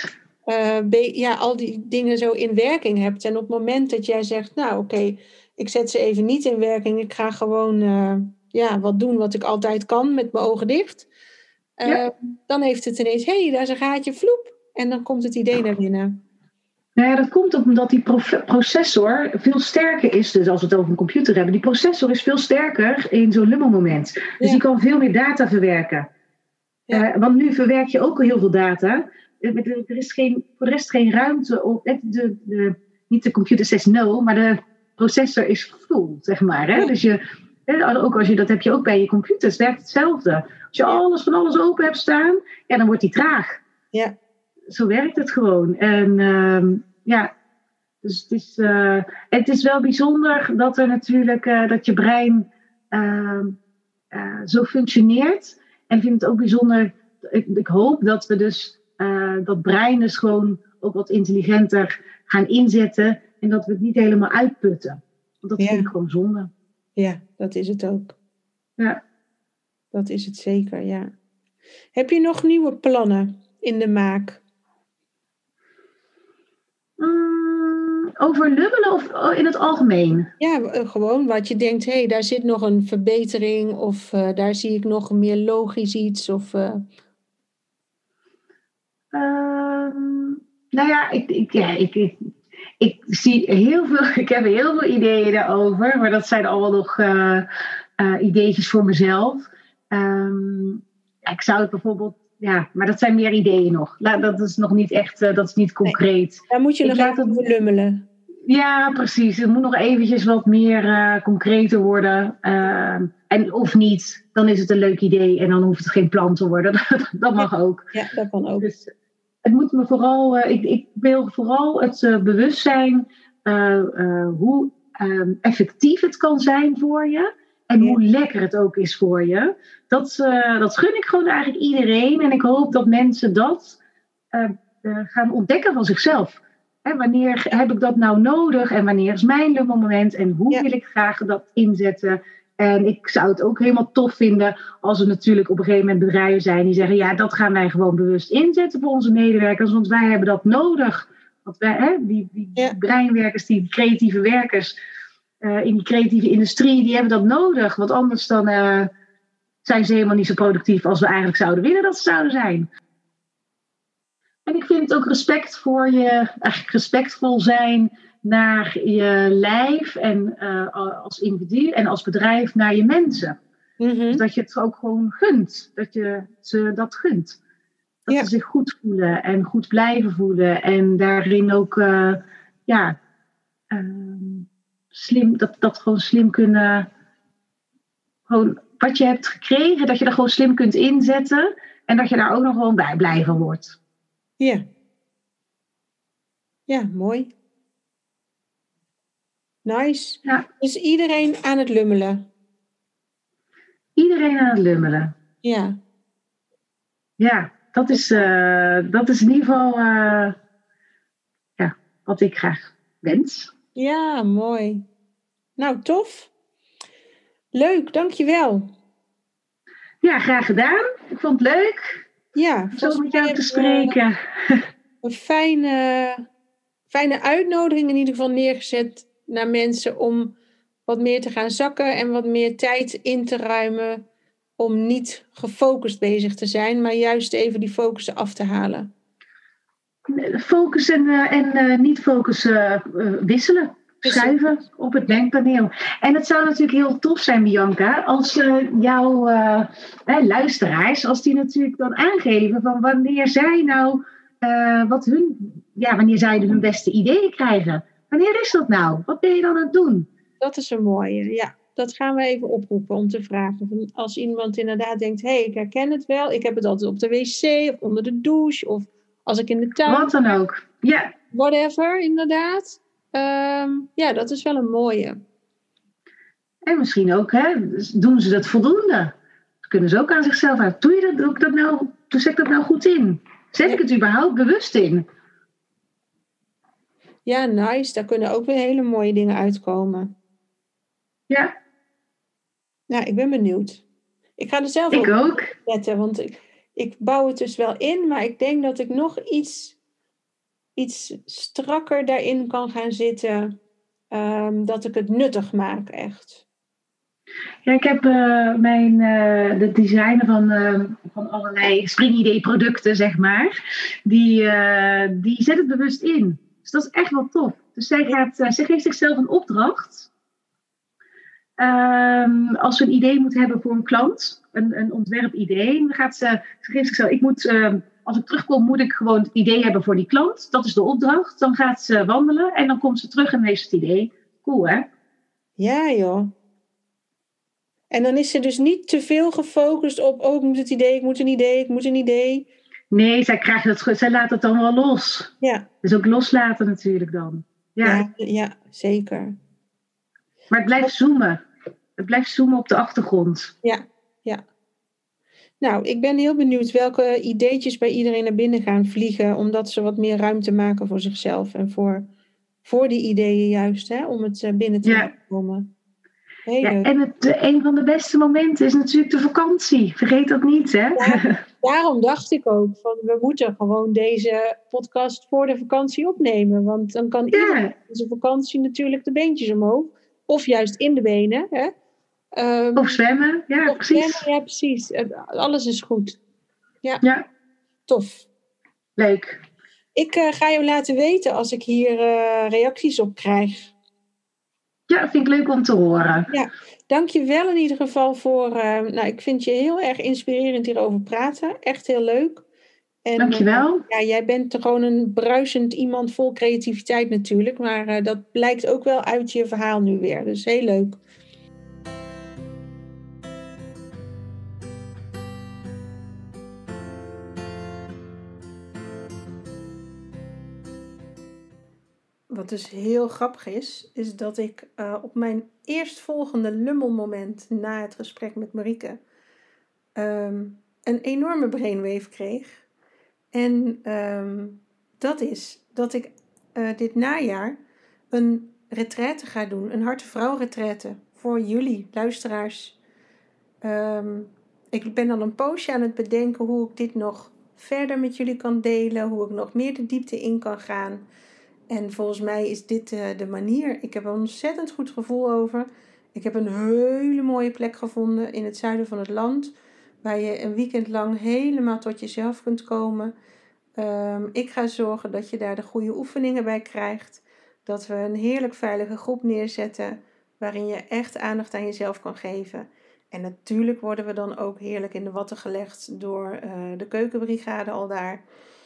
al die dingen zo in werking hebt. En op het moment dat jij zegt, nou oké, ik zet ze even niet in werking. Ik ga gewoon wat doen wat ik altijd kan met mijn ogen dicht. Dan heeft het ineens, daar is een gaatje, vloep. En dan komt het idee naar binnen. Nou ja, dat komt ook omdat die processor veel sterker is. Dus als we het over een computer hebben. Die processor is veel sterker in zo'n lummelmoment. Dus die kan veel meer data verwerken. Ja. Want nu verwerk je ook al heel veel data. Er is voor de rest geen ruimte op. Niet de computer says no, maar de processor is full, zeg maar. Hè? Ja. Dus ook als je dat heb je ook bij je computer. Het werkt hetzelfde. Als je van alles open hebt staan, dan wordt die traag. Ja. Zo werkt het gewoon. En dus het is wel bijzonder dat er natuurlijk dat je brein zo functioneert. En ik vind het ook bijzonder, ik hoop dat we dus dat brein dus gewoon ook wat intelligenter gaan inzetten. En dat we het niet helemaal uitputten. Want dat vind ik gewoon zonde. Ja, dat is het ook. Ja. Dat is het zeker, ja. Heb je nog nieuwe plannen in de maak? Over lummelen of in het algemeen? Ja, gewoon wat je denkt, daar zit nog een verbetering of daar zie ik nog meer logisch iets. Of, ik zie heel veel, ik heb heel veel ideeën daarover, maar dat zijn allemaal nog ideetjes voor mezelf. Ik zou het bijvoorbeeld, maar dat zijn meer ideeën nog. Dat is nog niet echt, dat is niet concreet. Nee, daar moet je nog even over lummelen. Ja, precies. Het moet nog eventjes wat meer concreter worden. En of niet, dan is het een leuk idee en dan hoeft het geen plan te worden. Dat mag ook. Ja, dat kan ook. Dus het moet me vooral, ik wil vooral het bewustzijn hoe effectief het kan zijn voor je. En hoe lekker het ook is voor je. Dat gun ik gewoon eigenlijk iedereen. En ik hoop dat mensen dat gaan ontdekken van zichzelf. Wanneer heb ik dat nou nodig? En wanneer is mijn lummelmoment? En hoe wil ik graag dat inzetten? En ik zou het ook helemaal tof vinden als er natuurlijk op een gegeven moment bedrijven zijn die zeggen, dat gaan wij gewoon bewust inzetten voor onze medewerkers. Want wij hebben dat nodig. Want wij, die breinwerkers, die creatieve werkers in die creatieve industrie, die hebben dat nodig. Want anders dan zijn ze helemaal niet zo productief als we eigenlijk zouden willen dat ze zouden zijn. En ik vind het ook respectvol zijn naar je lijf en als individu en als bedrijf naar je mensen. Mm-hmm. Dus dat je het ook gewoon gunt. Dat je ze dat gunt. Dat ze zich goed voelen en goed blijven voelen. En daarin ook slim, dat gewoon slim kunnen. Gewoon wat je hebt gekregen, dat je dat gewoon slim kunt inzetten. En dat je daar ook nog wel blij van wordt. Ja. Ja, mooi. Nice. Ja. Dus iedereen aan het lummelen. Iedereen aan het lummelen. Ja. Ja, dat is in ieder geval wat ik graag wens. Ja, mooi. Nou, tof. Leuk, dankjewel. Ja, graag gedaan. Ik vond het leuk Ja, om zo met jou te spreken. Een fijne uitnodiging in ieder geval neergezet naar mensen om wat meer te gaan zakken en wat meer tijd in te ruimen om niet gefocust bezig te zijn, maar juist even die focus af te halen. Focus en niet focussen wisselen. Schuiven op het denkpaneel. En het zou natuurlijk heel tof zijn, Bianca, als jouw luisteraars, als die natuurlijk dan aangeven van wanneer zij nou wanneer zij hun beste ideeën krijgen. Wanneer is dat nou? Wat ben je dan aan het doen? Dat is een mooie, ja. Dat gaan we even oproepen om te vragen. Als iemand inderdaad denkt, ik herken het wel. Ik heb het altijd op de wc of onder de douche of als ik in de tuin. Wat dan ook. Ja. Whatever, inderdaad. Dat is wel een mooie. En misschien ook, doen ze dat voldoende? Dan kunnen ze ook aan zichzelf uit. Doe ik dat nou goed in? Zet ik het überhaupt bewust in? Ja, nice. Daar kunnen ook weer hele mooie dingen uitkomen. Ja. Ja, ik ben benieuwd. Ik ga er zelf ook zetten, want ik bouw het dus wel in, maar ik denk dat ik nog iets strakker daarin kan gaan zitten, dat ik het nuttig maak, echt. Ja, ik heb de designer van allerlei springidee producten, zeg maar, die zet het bewust in. Dus dat is echt wel tof. Dus zij geeft zichzelf een opdracht. Als ze een idee moet hebben voor een klant, een ontwerpidee, dan ze geeft zichzelf, als ik terugkom, moet ik gewoon het idee hebben voor die klant. Dat is de opdracht. Dan gaat ze wandelen en dan komt ze terug en heeft het idee. Cool, hè? Ja, joh. En dan is ze dus niet te veel gefocust op, ik moet een idee. Nee, zij laat het dan wel los. Ja. Dus ook loslaten natuurlijk dan. Ja, zeker. Maar het blijft zoomen. Het blijft zoomen op de achtergrond. Ja. Nou, ik ben heel benieuwd welke ideetjes bij iedereen naar binnen gaan vliegen, omdat ze wat meer ruimte maken voor zichzelf en voor die ideeën juist, om het binnen te laten komen. En een van de beste momenten is natuurlijk de vakantie. Vergeet dat niet, hè? Ja, daarom dacht ik ook van we moeten gewoon deze podcast voor de vakantie opnemen, want dan kan iedereen zijn vakantie natuurlijk de beentjes omhoog, of juist in de benen, hè? Of zwemmen, precies. Zwemmen, ja, precies. Alles is goed. Ja. Tof. Leuk. Ik ga je laten weten als ik hier reacties op krijg. Ja, dat vind ik leuk om te horen. Ja, dank je wel in ieder geval voor... ik vind je heel erg inspirerend hierover praten. Echt heel leuk. En, dank je wel. Jij bent gewoon een bruisend iemand vol creativiteit natuurlijk. Maar dat blijkt ook wel uit je verhaal nu weer. Dus heel leuk. Wat dus heel grappig is dat ik op mijn eerstvolgende lummelmoment na het gesprek met Marieke een enorme brainwave kreeg. En dat is dat ik dit najaar een retraite ga doen, een hart-vrouw retraite voor jullie luisteraars. Ik ben al een poosje aan het bedenken hoe ik dit nog verder met jullie kan delen, hoe ik nog meer de diepte in kan gaan. En volgens mij is dit de manier. Ik heb er een ontzettend goed gevoel over. Ik heb een hele mooie plek gevonden in het zuiden van het land. Waar je een weekend lang helemaal tot jezelf kunt komen. Ik ga zorgen dat je daar de goede oefeningen bij krijgt. Dat we een heerlijk veilige groep neerzetten. Waarin je echt aandacht aan jezelf kan geven. En natuurlijk worden we dan ook heerlijk in de watten gelegd door de keukenbrigade al daar.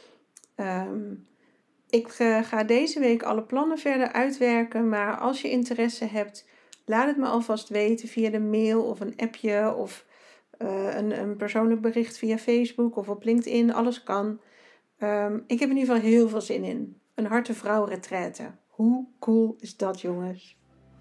Ik ga deze week alle plannen verder uitwerken, maar als je interesse hebt, laat het me alvast weten via de mail of een appje of een persoonlijk bericht via Facebook of op LinkedIn. Alles kan. Ik heb in ieder geval heel veel zin in. Een harte-vrouw retraite. Hoe cool is dat, jongens?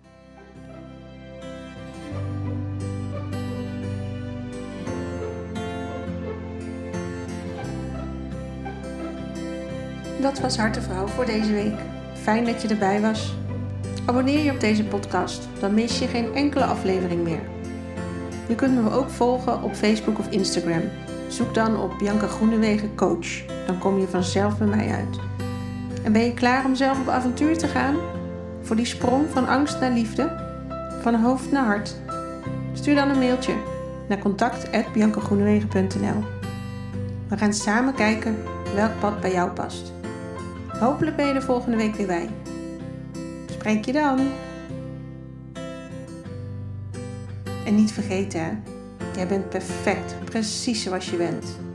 Dat was Hartevrouw voor deze week. Fijn dat je erbij was. Abonneer je op deze podcast, dan mis je geen enkele aflevering meer. Je kunt me ook volgen op Facebook of Instagram. Zoek dan op Bianca Groenewegen Coach. Dan kom je vanzelf bij mij uit. En ben je klaar om zelf op avontuur te gaan? Voor die sprong van angst naar liefde? Van hoofd naar hart? Stuur dan een mailtje naar contact@biancagroenewegen.nl. We gaan samen kijken welk pad bij jou past. Hopelijk ben je er volgende week weer bij. Spreek je dan. En niet vergeten, hè? Jij bent perfect, precies zoals je bent.